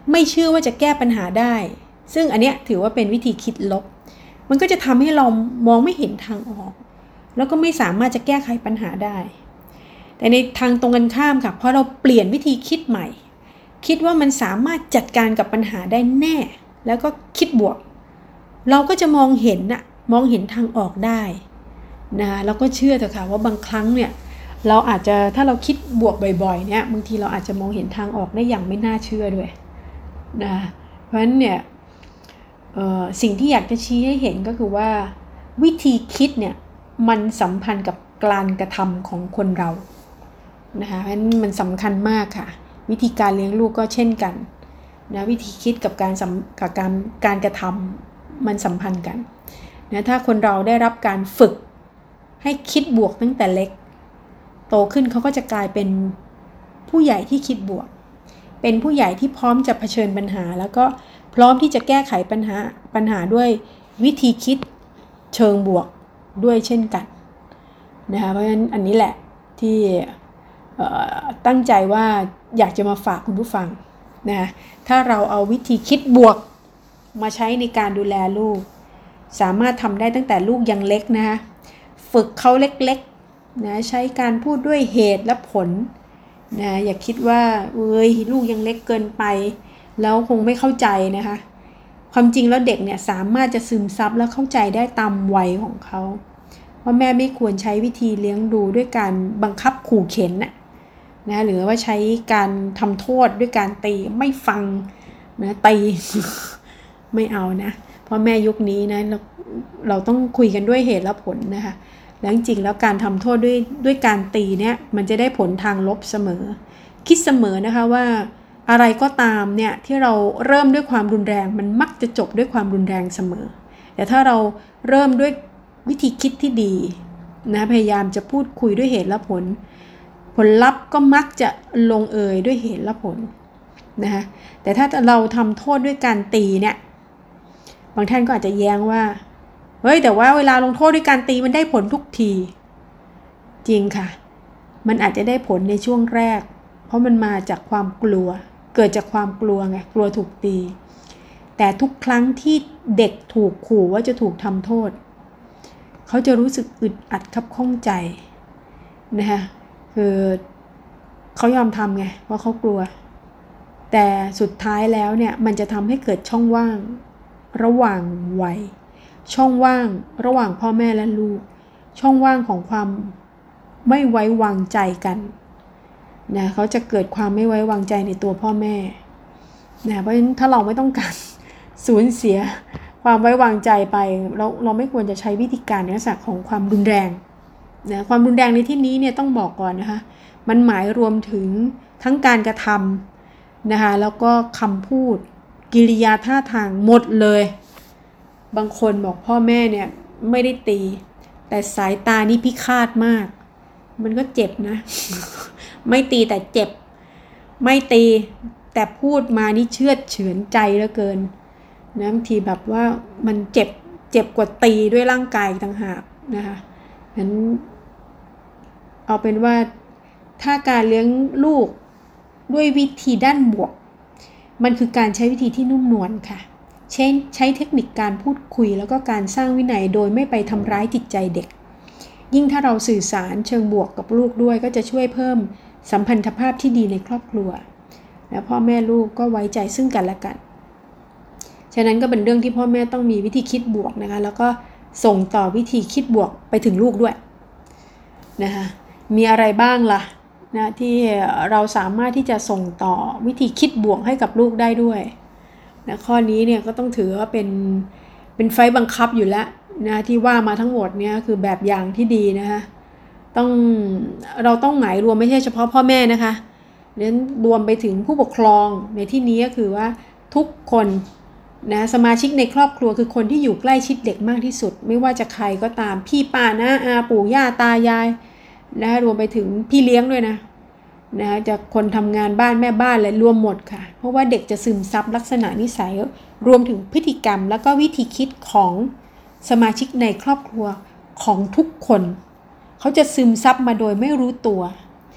ไม่เชื่อว่าจะแก้ปัญหาได้ซึ่งอันเนี้ยถือว่าเป็นวิธีคิดลบมันก็จะทำให้เรามองไม่เห็นทางออกแล้วก็ไม่สามารถจะแก้ไขปัญหาได้แต่ในทางตรงกันข้ามค่ะพอเราเปลี่ยนวิธีคิดใหม่คิดว่ามันสามารถจัดการกับปัญหาได้แน่แล้วก็คิดบวกเราก็จะมองเห็นน่ะมองเห็นทางออกได้นะแล้วก็เชื่อเถอะค่ะว่าบางครั้งเนี่ยเราอาจจะถ้าเราคิดบวกบ่อยๆเนี่ยบางทีเราอาจจะมองเห็นทางออกได้อย่างไม่น่าเชื่อด้วยนะเพราะฉะนั้นเนี่ยสิ่งที่อยากจะชี้ให้เห็นก็คือว่าวิธีคิดเนี่ยมันสัมพันธ์กับการกระทำของคนเรานะคะเพราะฉะนั้นมันสำคัญมากค่ะวิธีการเลี้ยงลูกก็เช่นกันนะวิธีคิดกับการกับการการกระทำมันสัมพันธ์กันนะถ้าคนเราได้รับการฝึกให้คิดบวกตั้งแต่เล็กโตขึ้นเขาก็จะกลายเป็นผู้ใหญ่ที่คิดบวกเป็นผู้ใหญ่ที่พร้อมจะเผชิญปัญหาแล้วก็พร้อมที่จะแก้ไขปัญหาปัญหาด้วยวิธีคิดเชิงบวกด้วยเช่นกันนะคะเพราะฉะนั้นอันนี้แหละที่ตั้งใจว่าอยากจะมาฝากคุณผู้ฟังนะถ้าเราเอาวิธีคิดบวกมาใช้ในการดูแลลูกสามารถทำได้ตั้งแต่ลูกยังเล็กนะคะฝึกเขาเล็กๆนะใช้การพูดด้วยเหตุและผลนะอย่าคิดว่าเอ้ยลูกยังเล็กเกินไปแล้วคงไม่เข้าใจนะคะความจริงแล้วเด็กเนี่ยสามารถจะซึมซับและเข้าใจได้ตามวัยของเขาว่าแม่ไม่ควรใช้วิธีเลี้ยงดูด้วยการบังคับขู่เข็นนะนะหรือว่าใช้การทำโทษด้วยการตีไม่ฟังนะตี ไม่เอานะเพราะแม่ยุคนี้นะเราเราต้องคุยกันด้วยเหตุและผลนะคะแล้วจริงๆแล้วการทำโทษด้วยด้วยการตีเนี่ยมันจะได้ผลทางลบเสมอคิดเสมอนะคะว่าอะไรก็ตามเนี่ยที่เราเริ่มด้วยความรุนแรงมันมักจะจบด้วยความรุนแรงเสมอแต่ถ้าเราเริ่มด้วยวิธีคิดที่ดีนะพยายามจะพูดคุยด้วยเหตุและผลผลลัพธ์ก็มักจะลงเอยด้วยเหตุและผลนะคะแต่ถ้าเราทำโทษด้วยการตีเนี่ยบางท่านก็อาจจะแย้งว่าเฮ้ยแต่ว่าเวลาลงโทษด้วยการตีมันได้ผลทุกทีจริงค่ะมันอาจจะได้ผลในช่วงแรกเพราะมันมาจากความกลัวเกิดจากความกลัวไงกลัวถูกตีแต่ทุกครั้งที่เด็กถูกขู่ว่าจะถูกทำโทษเขาจะรู้สึกอึดอัดคับข้องใจนะคะคือเขายอมทำไงเพราะเขากลัวแต่สุดท้ายแล้วเนี่ยมันจะทำให้เกิดช่องว่างระหว่างวัยช่องว่างระหว่างพ่อแม่และลูกช่องว่างของความไม่ไว้วางใจกันนะเขาจะเกิดความไม่ไว้วางใจในตัวพ่อแม่นะเพราะฉะนั้นถ้าเราไม่ต้องการสูญเสียความไว้วางใจไปเราเราไม่ควรจะใช้วิธีการในลักษณะของความรุนแรงนะความรุนแรงในที่นี้เนี่ยต้องบอกก่อนนะคะมันหมายรวมถึงทั้งการกระทำนะคะแล้วก็คำพูดกิริยาท่าทางหมดเลยบางคนบอกพ่อแม่เนี่ยไม่ได้ตีแต่สายตานี่พิฆาตมากมันก็เจ็บนะ ไม่ตีแต่เจ็บไม่ตีแต่พูดมานี่เชือดเฉือนใจเหลือเกินนะบางทีแบบว่ามันเจ็บเจ็บกว่าตีด้วยร่างกายต่างหากนะคะนั้นเอาเป็นว่าถ้าการเลี้ยงลูกด้วยวิธีด้านบวกมันคือการใช้วิธีที่นุ่มนวลค่ะเช่นใช้เทคนิคการพูดคุยแล้วก็การสร้างวินัยโดยไม่ไปทำร้ายจิตใจเด็กยิ่งถ้าเราสื่อสารเชิงบวกกับลูกด้วยก็จะช่วยเพิ่มสัมพันธภาพที่ดีในครอบครัวและพ่อแม่ลูกก็ไว้ใจซึ่งกันและกันฉะนั้นก็เป็นเรื่องที่พ่อแม่ต้องมีวิธีคิดบวกนะคะแล้วก็ส่งต่อวิธีคิดบวกไปถึงลูกด้วยนะคะมีอะไรบ้างล่ะนะที่เราสามารถที่จะส่งต่อวิธีคิดบวกให้กับลูกได้ด้วยนะข้อนี้เนี่ยก็ต้องถือว่าเป็นเป็นไฟบังคับอยู่แล้วนะที่ว่ามาทั้งหมดเนี่ยคือแบบอย่างที่ดีนะคะต้องเราต้องหมายรวมไม่ใช่เฉพาะพ่อแม่นะคะนั้นรวมไปถึงผู้ปกครองในที่นี้ก็คือว่าทุกคนนะสมาชิกในครอบครัวคือคนที่อยู่ใกล้ชิดเด็กมากที่สุดไม่ว่าจะใครก็ตามพี่ป้าน้าอาปู่ย่าตายายนะรวมไปถึงพี่เลี้ยงด้วยนะนะจะคนทำงานบ้านแม่บ้านเลยรวมหมดค่ะเพราะว่าเด็กจะซึมซับลักษณะนิสัยรวมถึงพฤติกรรมแล้วก็วิธีคิดของสมาชิกในครอบครัวของทุกคนเขาจะซึมซับมาโดยไม่รู้ตัว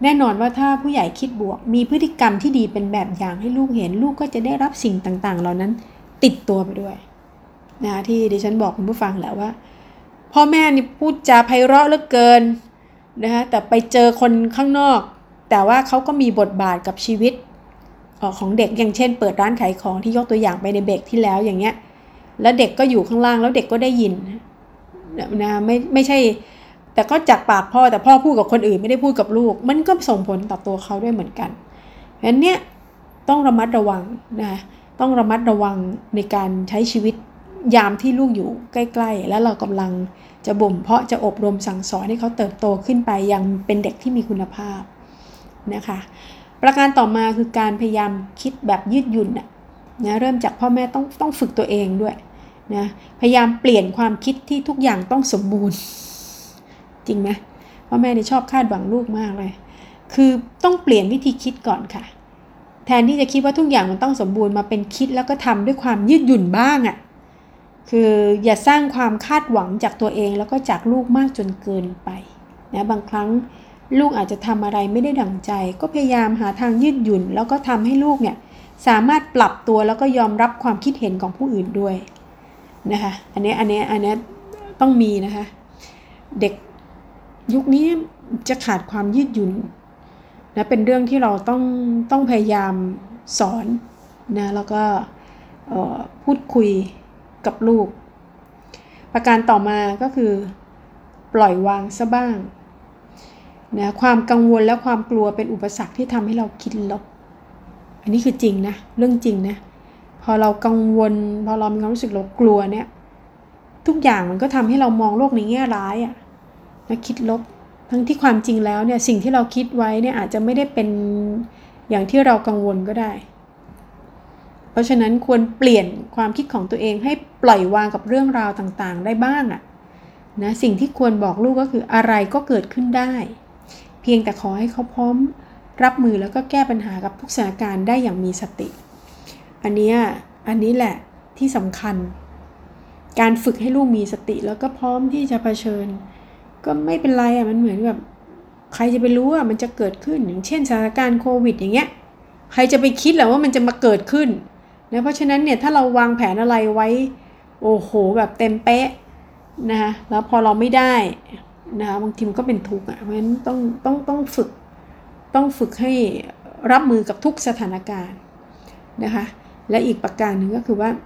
แน่นอนว่าถ้าผู้ใหญ่คิดบวกมีพฤติกรรมที่ดีเป็นแบบอย่างให้ลูกเห็นลูกก็จะได้รับสิ่งต่างๆเหล่านั้นติดตัวไปด้วยนะที่ดิฉันบอกคุณผู้ฟังแล้วว่าพ่อแม่นี่พูดจาไพเราะเหลือเกินนะคะแต่ไปเจอคนข้างนอกแต่ว่าเขาก็มีบทบาทกับชีวิตของเด็กอย่างเช่นเปิดร้านขายของที่ยกตัวอย่างไปในเบรกที่แล้วอย่างเงี้ยแล้วเด็กก็อยู่ข้างล่างแล้วเด็กก็ได้ยินนะไม่ไม่ใช่แต่ก็จากปากพ่อแต่พ่อพูดกับคนอื่นไม่ได้พูดกับลูกมันก็ส่งผลต่อตัวเขาด้วยเหมือนกันเพราะฉะนั้นเนี่ยต้องระมัดระวังนะต้องระมัดระวังในการใช้ชีวิตยามที่ลูกอยู่ใกล้ๆแล้วเรากำลังจะบ่มเพาะจะอบรมสั่งสอนให้เขาเติบโตขึ้นไปยังเป็นเด็กที่มีคุณภาพนะคะประการต่อมาคือการพยายามคิดแบบยืดหยุ่นนะเริ่มจากพ่อแม่ต้องต้องฝึกตัวเองด้วยนะพยายามเปลี่ยนความคิดที่ทุกอย่างต้องสมบูรณ์จริงไหมพ่อแม่เนี่ยชอบคาดหวังลูกมากเลยคือต้องเปลี่ยนวิธีคิดก่อนค่ะแทนที่จะคิดว่าทุกอย่างมันต้องสมบูรณ์มาเป็นคิดแล้วก็ทำด้วยความยืดหยุ่นบ้างอ่ะคืออย่าสร้างความคาดหวังจากตัวเองแล้วก็จากลูกมากจนเกินไปนะบางครั้งลูกอาจจะทำอะไรไม่ได้ดั่งใจก็พยายามหาทางยืดหยุ่นแล้วก็ทำให้ลูกเนี่ยสามารถปรับตัวแล้วก็ยอมรับความคิดเห็นของผู้อื่นด้วยนะคะอันนี้อันนี้อันนี้ต้องมีนะคะเด็กยุคนี้จะขาดความยืดหยุ่นนะเป็นเรื่องที่เราต้องต้องพยายามสอนนะแล้วก็พูดคุยกับลูกประการต่อมาก็คือปล่อยวางซะบ้างนะความกังวลและความกลัวเป็นอุปสรรคที่ทำให้เราคิดลบอันนี้คือจริงนะเรื่องจริงนะพอเรากังวลพอเรามีความรู้สึกเรากลัวเนี่ยทุกอย่างมันก็ทำให้เรามองโลกในแง่ร้ายอ่ะนะคิดลบทั้งที่ความจริงแล้วเนี่ยสิ่งที่เราคิดไว้เนี่ยอาจจะไม่ได้เป็นอย่างที่เรากังวลก็ได้เพราะฉะนั้นควรเปลี่ยนความคิดของตัวเองให้ปล่อยวางกับเรื่องราวต่างๆได้บ้างอ่ะนะสิ่งที่ควรบอกลูกก็คืออะไรก็เกิดขึ้นได้เพียงแต่ขอให้เขาพร้อมรับมือแล้วก็แก้ปัญหากับทุกสถานการณ์ได้อย่างมีสติอันนี้อันนี้แหละที่สำคัญการฝึกให้ลูกมีสติแล้วก็พร้อมที่จะเผชิญก็ไม่เป็นไรอ่ะมันเหมือนแบบใครจะไปรู้อ่ะมันจะเกิดขึ้นอย่างเช่นสถานการณ์โควิดอย่างเงี้ยใครจะไปคิดหรอว่ามันจะมาเกิดขึ้นนะเพราะฉะนั้นเนี่ยถ้าเราวางแผนอะไรไว้โอ้โหแบบเต็มเป๊ะนะคะแล้วพอเราไม่ได้นะคะบางทีมันก็เป็นทุกข์อ่ะเพราะฉะนั้นต้องต้องต้องฝึกต้องฝึกให้รับมือกับทุกสถานการณ์นะคะและอีกประการหนึ่งก็คือว่า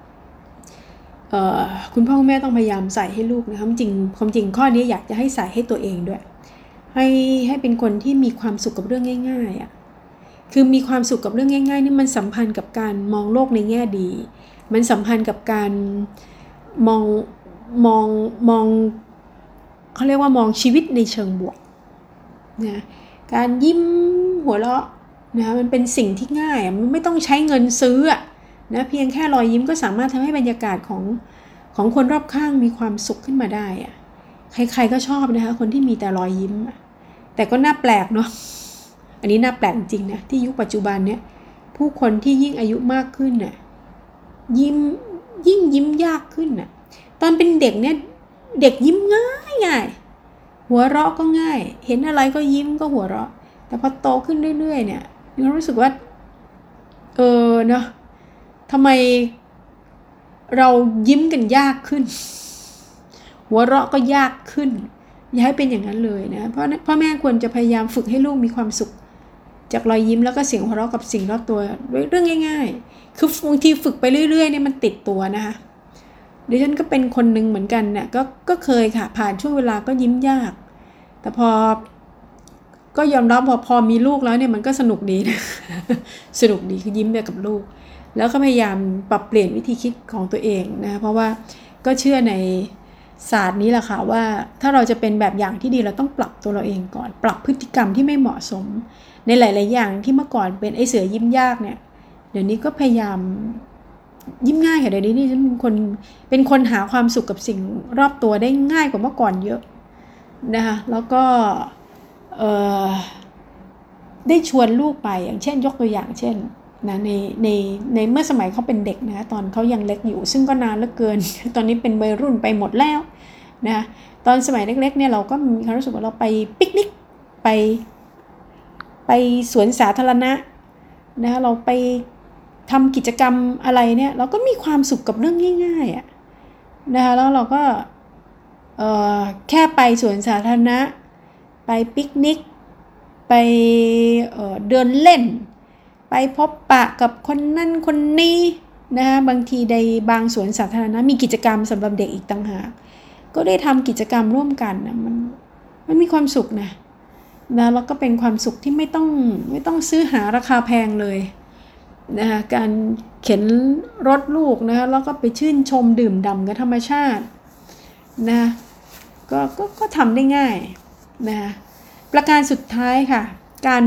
คุณพ่อคุณแม่ต้องพยายามใส่ให้ลูกนะคะจริงความจริงข้อนี้อยากจะให้ใส่ให้ตัวเองด้วยให้ให้เป็นคนที่มีความสุขกับเรื่องง่ายๆอ่ะคือมีความสุขกับเรื่องง่ายๆนี่มันสัมพันธ์กับการมองโลกในแง่ดีมันสัมพันธ์กับการมองมองมองเขาเรียกว่ามองชีวิตในเชิงบวกนะการยิ้มหัวเราะนะมันเป็นสิ่งที่ง่ายมันไม่ต้องใช้เงินซื้อนะเพียงแค่รอยยิ้มก็สามารถทำให้บรรยากาศของของคนรอบข้างมีความสุขขึ้นมาได้อะใครๆก็ชอบนะคะคนที่มีแต่รอยยิ้มแต่ก็น่าแปลกเนาะอันนี้น่าแปลกจริงนะที่ยุคปัจจุบันเนี่ยผู้คนที่ยิ่งอายุมากขึ้นน่ะยิ้มยิ่งยิ้มยากขึ้นน่ะตอนเป็นเด็กเนี่ยเด็กยิ้มง่ายง่ายหัวเราะก็ง่ายเห็นอะไรก็ยิ้มก็หัวเราะแต่พอโตขึ้นเรื่อยๆเนี่ยเรารู้สึกว่าเออเนาะทำไมเรายิ้มกันยากขึ้นหัวเราะก็ยากขึ้นอย่าให้เป็นอย่างนั้นเลยนะเพราะพ่อแม่ควรจะพยายามฝึกให้ลูกมีความสุขจากรอยยิ้มแล้วก็เสียงหัวเราะกับสิ่งรอบตัวด้วยเรื่องง่ายๆคือบางทีฝึกไปเรื่อยๆเนี่ยมันติดตัวนะคะเดี๋ยวฉันก็เป็นคนนึงเหมือนกันเนี่ยก็ก็เคยค่ะผ่านช่วงเวลาก็ยิ้มยากแต่พอก็ยอมรับพอพอมีลูกแล้วเนี่ยมันก็สนุกดีนะสนุกดีคือยิ้มไปกับลูกแล้วก็พยายามปรับเปลี่ยนวิธีคิดของตัวเองนะเพราะว่าก็เชื่อในศาสตร์นี้แหละค่ะว่าถ้าเราจะเป็นแบบอย่างที่ดีเราต้องปรับตัวเราเองก่อนปรับพฤติกรรมที่ไม่เหมาะสมในหลายๆอย่างที่เมื่อก่อนเป็นไอ้เสือยิ้มยากเนี่ยเดี๋ยวนี้ก็พยายามยิ้มง่ายค่ะเดี๋ยวนี้นี่ฉันเป็นคนเป็นคนหาความสุขกับสิ่งรอบตัวได้ง่ายกว่าเมื่อก่อนเยอะนะคะแล้วก็เอ่อได้ชวนลูกไปอย่างเช่นยกตัวอย่างเช่นนะในในในเมื่อสมัยเขาเป็นเด็กนะตอนเขายังเล็กอยู่ซึ่งก็นานเหลือเกินตอนนี้เป็นวัยรุ่นไปหมดแล้วนะตอนสมัยเล็กๆเนี่ยเราก็มีความรู้สึกว่าเราไปปิกนิกไปไปสวนสาธารณะนะเราไปทำกิจกรรมอะไรเนี่ยเราก็มีความสุขกับเรื่องง่ายๆอ่ะนะคะแล้วเราก็เอ่อแค่ไปสวนสาธารณะไปปิกนิกไปเอ่อเดินเล่นไปพบปะกับคนนั่นคนนี้นะคะบางทีในบางสวนสาธารณะมีกิจกรรมสำหรับเด็กอีกต่างหากก็ได้ทำกิจกรรมร่วมกันนะมันมันมีความสุขนะนะแล้วก็เป็นความสุขที่ไม่ต้องไม่ต้องซื้อหาราคาแพงเลยนะคะการเข็นรถลูกนะคะแล้วก็ไปชื่นชมดื่มด่ำกับธรรมชาตินะก็ก็ก็ทำได้ง่ายนะคะประการสุดท้ายค่ะการ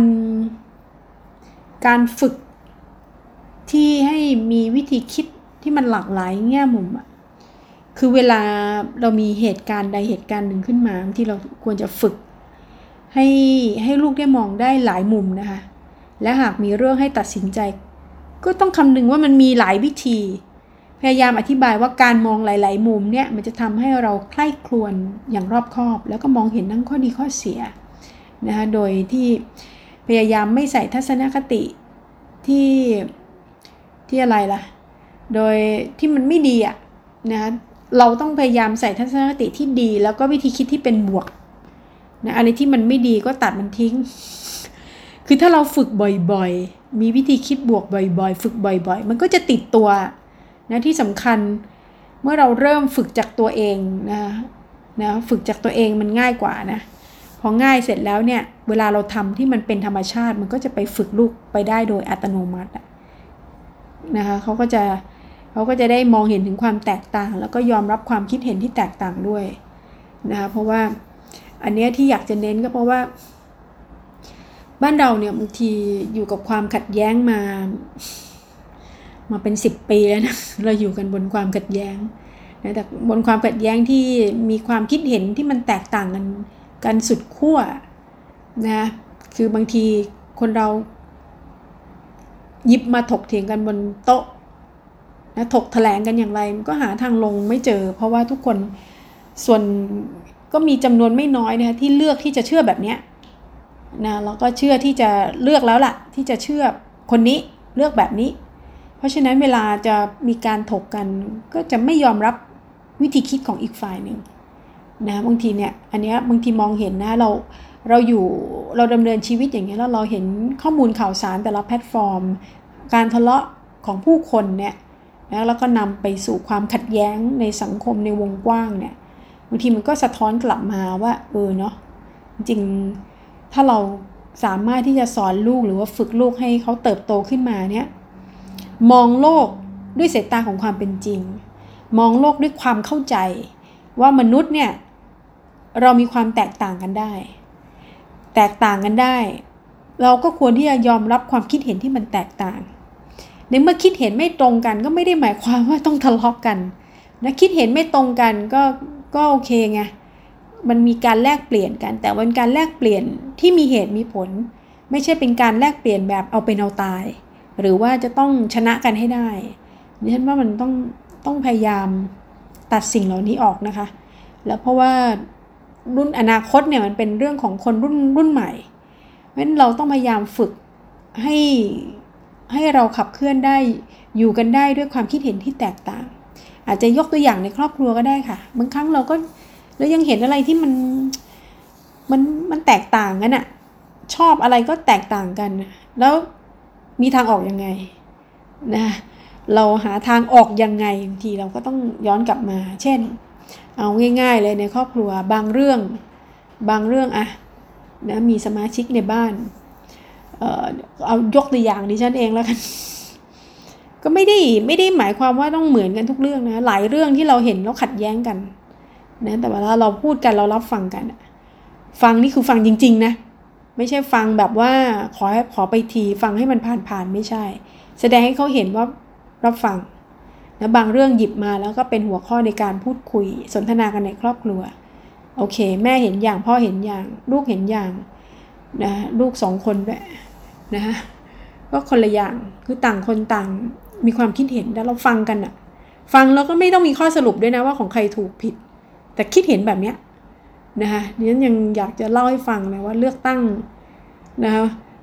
การฝึกที่ให้มีวิธีคิดที่มันหลากหลายแง่มุมอ่ะคือเวลาเรามีเหตุการณ์ใดเหตุการณ์หนึ่งขึ้นมาที่เราควรจะฝึกให้ให้ลูกได้มองได้หลายมุมนะคะและหากมีเรื่องให้ตัดสินใจก็ต้องคำนึงว่ามันมีหลายวิธีพยายามอธิบายว่าการมองหลายๆมุมเนี่ยมันจะทำให้เราใคร่ครวญอย่างรอบคอบแล้วก็มองเห็นทั้งข้อดีข้อเสียนะคะโดยที่พยายามไม่ใส่ทัศนคติที่ที่อะไรล่ะโดยที่มันไม่ดีอ่ะนะเราต้องพยายามใส่ทัศนคติที่ดีแล้วก็วิธีคิดที่เป็นบวกนะอะไรที่มันไม่ดีก็ตัดมันทิ้งคือถ้าเราฝึกบ่อยๆมีวิธีคิดบวกบ่อยๆฝึกบ่อยๆมันก็จะติดตัวนะที่สำคัญเมื่อเราเริ่มฝึกจากตัวเองนะนะฝึกจากตัวเองมันง่ายกว่านะพอง่ายเสร็จแล้วเนี่ยเวลาเราทำที่มันเป็นธรรมชาติมันก็จะไปฝึกลูกไปได้โดยอัตโนมัตินะคะเขาก็จะเขาก็จะได้มองเห็นถึงความแตกต่างแล้วก็ยอมรับความคิดเห็นที่แตกต่างด้วยนะคะเพราะว่าอันนี้ที่อยากจะเน้นก็เพราะว่าบ้านเราเนี่ยบางทีอยู่กับความขัดแย้งมามาเป็นสิบปีแล้วนะเราอยู่กันบนความขัดแย้งนะแต่บนความขัดแย้งที่มีความคิดเห็นที่มันแตกต่างกันกันสุดขั้วนะคือบางทีคนเราหยิบมาถกเถียงกันบนโต๊ะนะถกแถลงกันอย่างไรมันก็หาทางลงไม่เจอเพราะว่าทุกคนส่วนก็มีจำนวนไม่น้อยนะคะที่เลือกที่จะเชื่อแบบนี้นะแล้วก็เชื่อที่จะเลือกแล้วล่ะที่จะเชื่อคนนี้เลือกแบบนี้เพราะฉะนั้นเวลาจะมีการถกกันก็จะไม่ยอมรับวิธีคิดของอีกฝ่ายหนึ่งนะบางทีเนี่ยอันนี้บางทีมองเห็นนะเราเราอยู่เราดำเนินชีวิตอย่างเงี้ยแล้วเราเห็นข้อมูลข่าวสารแต่ละแพลตฟอร์มการทะเลาะของผู้คนเนี่ยนะแล้วก็นำไปสู่ความขัดแย้งในสังคมในวงกว้างเนี่ยบางทีมันก็สะท้อนกลับมาว่าเออเนาะจริงถ้าเราสามารถที่จะสอนลูกหรือว่าฝึกลูกให้เขาเติบโตขึ้นมาเนี่ยมองโลกด้วยสายตาของความเป็นจริงมองโลกด้วยความเข้าใจว่ามนุษย์เนี่ยเรามีความแตกต่างกันได้แตกต่างกันได้เราก็ควรที่จะยอมรับความคิดเห็นที่มันแตกต่างในเมื่อคิดเห็นไม่ตรงกันก็ไม่ได้หมายความว่าต้องทะเลาะกันนะคิดเห็นไม่ตรงกันก็ก็โอเคไงมันมีการแลกเปลี่ยนกันแต่วันการแลกเปลี่ยนที่มีเหตุมีผลไม่ใช่เป็นการแลกเปลี่ยนแบบเอาเป็นเอาตายหรือว่าจะต้องชนะกันให้ได้ดิฉันว่ามันต้องต้องพยายามตัดสิ่งเหล่านี้ออกนะคะแล้วเพราะว่ารุ่นอนาคตเนี่ยมันเป็นเรื่องของคนรุ่นรุ่นใหม่เพราะฉะนั้นเราต้องพยายามฝึกให้ให้เราขับเคลื่อนได้อยู่กันได้ด้วยความคิดเห็นที่แตกต่างอาจจะยกตัวอย่างในครอบครัวก็ได้ค่ะบางครั้งเราก็แล้วยังเห็นอะไรที่มันมันมันแตกต่างกันอะชอบอะไรก็แตกต่างกันแล้วมีทางออกยังไงนะเราหาทางออกยังไงบางทีเราก็ต้องย้อนกลับมาเช่นเอาง่ายๆเลยในครอบครัวบางเรื่องบางเรื่องอะนะมีสมาชิกในบ้านเอ่อเอายกตัวอย่างดิฉันเองแล้วกันก็ไม่ได้ไม่ได้หมายความว่าต้องเหมือนกันทุกเรื่องนะหลายเรื่องที่เราเห็นแล้วขัดแย้งกันนะแต่เวลาเราพูดกันเรารับฟังกันฟังนี่คือฟังจริงๆนะไม่ใช่ฟังแบบว่าขอให้ขอไปทีฟังให้มันผ่านๆไม่ใช่แสดงให้เขาเห็นว่ารับฟังนะบางเรื่องหยิบมาแล้วก็เป็นหัวข้อในการพูดคุยสนทนากันในครอบครัวโอเคแม่เห็นอย่างพ่อเห็นอย่างลูกเห็นอย่างนะลูกสองคนด้วยนะก็คนละอย่างคือต่างคนต่างมีความคิดเห็นแล้วเราฟังกันอะฟังแล้วก็ไม่ต้องมีข้อสรุปด้วยนะว่าของใครถูกผิดแต่คิดเห็นแบบเนี้ยนะคะดิฉันยังอยากจะเล่าให้ฟังนะว่าเลือกตั้งนะคะ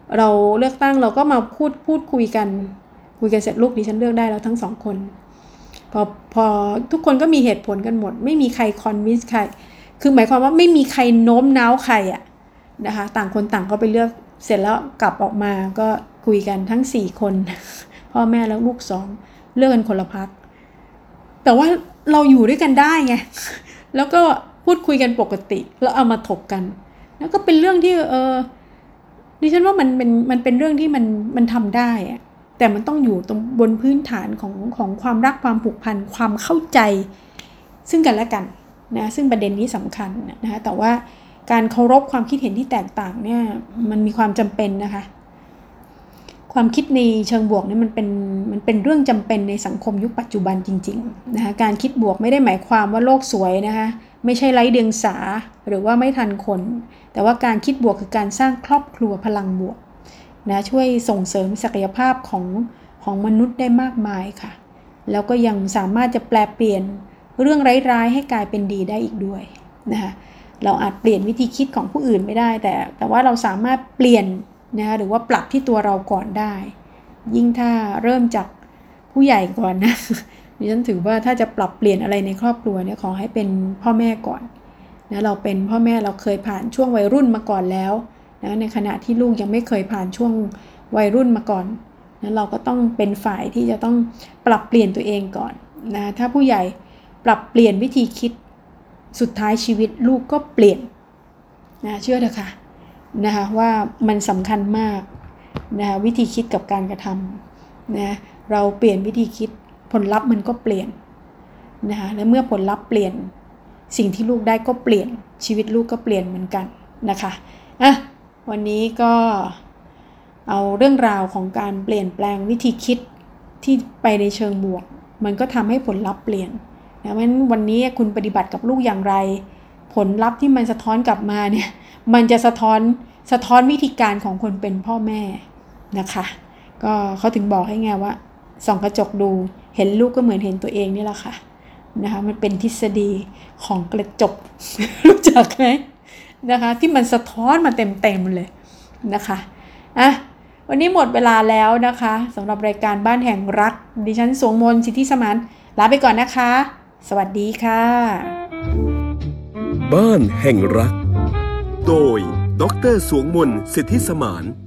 เราเลือกตั้งเราก็มาพูดพูดคุยกันคุยกันเสร็จลูกดิฉันเลือกได้แล้วทั้งสองคนพอพอทุกคนก็มีเหตุผลกันหมดไม่มีใครคอนวินส์ใครคือหมายความว่าไม่มีใครโน้มน้าวใครอะนะคะต่างคนต่างก็ไปเลือกเสร็จแล้วกลับออกมาก็คุยกันทั้งสี่คนพ่อแม่แล้วลูกสองเลือกกันคนละพรรคแต่ว่าเราอยู่ด้วยกันได้ไงแล้วก็พูดคุยกันปกติแล้วเอามาถกกันแล้วก็เป็นเรื่องที่เออดิฉันว่ามันเป็นมันเป็นเรื่องที่มันมันทำได้อะแต่มันต้องอยู่ตรงบนพื้นฐานของของความรักความผูกพันความเข้าใจซึ่งกันและกันนะซึ่งประเด็นนี้สำคัญนะคะแต่ว่าการเคารพความคิดเห็นที่แตกต่างเนี่ยมันมีความจำเป็นนะคะความคิดในเชิงบวกเนี่ยมันเป็นมันเป็นเรื่องจำเป็นในสังคมยุคปัจจุบันจริงๆนะคะการคิดบวกไม่ได้หมายความว่าโลกสวยนะคะไม่ใช่ไร้เดียงสาหรือว่าไม่ทันคนแต่ว่าการคิดบวกคือการสร้างครอบครัวพลังบวกนะช่วยส่งเสริมศักยภาพของของมนุษย์ได้มากมายค่ะแล้วก็ยังสามารถจะแปลเปลี่ยนเรื่องร้ายๆให้กลายเป็นดีได้อีกด้วยนะคะเราอาจเปลี่ยนวิธีคิดของผู้อื่นไม่ได้แต่แต่ว่าเราสามารถเปลี่ยนนะคะหรือว่าปรับที่ตัวเราก่อนได้ยิ่งถ้าเริ่มจากผู้ใหญ่ก่อนนะดิฉันถือว่าถ้าจะปรับเปลี่ยนอะไรในครอบครัวเนี่ยขอให้เป็นพ่อแม่ก่อนนะเราเป็นพ่อแม่เราเคยผ่านช่วงวัยรุ่นมาก่อนแล้วนะในขณะที่ลูกยังไม่เคยผ่านช่วงวัยรุ่นมาก่อนนะเราก็ต้องเป็นฝ่ายที่จะต้องปรับเปลี่ยนตัวเองก่อนนะถ้าผู้ใหญ่ปรับเปลี่ยนวิธีคิดสุดท้ายชีวิตลูกก็เปลี่ยนนะเชื่อเถอะค่ะนะคะว่ามันสำคัญมากนะคะวิธีคิดกับการกระทำนะเราเปลี่ยนวิธีคิดผลลัพธ์มันก็เปลี่ยนนะคะและเมื่อผลลัพธ์เปลี่ยนสิ่งที่ลูกได้ก็เปลี่ยนชีวิตลูกก็เปลี่ยนเหมือนกันนะคะอ่ะวันนี้ก็เอาเรื่องราวของการเปลี่ยนแปลงวิธีคิดที่ไปในเชิงบวกมันก็ทำให้ผลลัพธ์เปลี่ยนนะเพราะฉะนั้นวันนี้คุณปฏิบัติกับลูกอย่างไรผลลัพธ์ที่มันสะท้อนกลับมาเนี่ยมันจะสะท้อนสะท้อนวิธีการของคนเป็นพ่อแม่นะคะก็เขาถึงบอกให้ไงว่าส่องกระจกดูเห็นลูกก็เหมือนเห็นตัวเองนี่แหละค่ะนะคะมันเป็นทฤษฎีของกระจก รู้จักไหมนะคะที่มันสะท้อนมาเต็มๆเลยนะคะอ่ะวันนี้หมดเวลาแล้วนะคะสำหรับรายการบ้านแห่งรักดิฉันสวงมนต์สิทธิสมานลาไปก่อนนะคะสวัสดีค่ะบ้านแห่งรักโดยดร.สวงมนต์สิทธิสมาน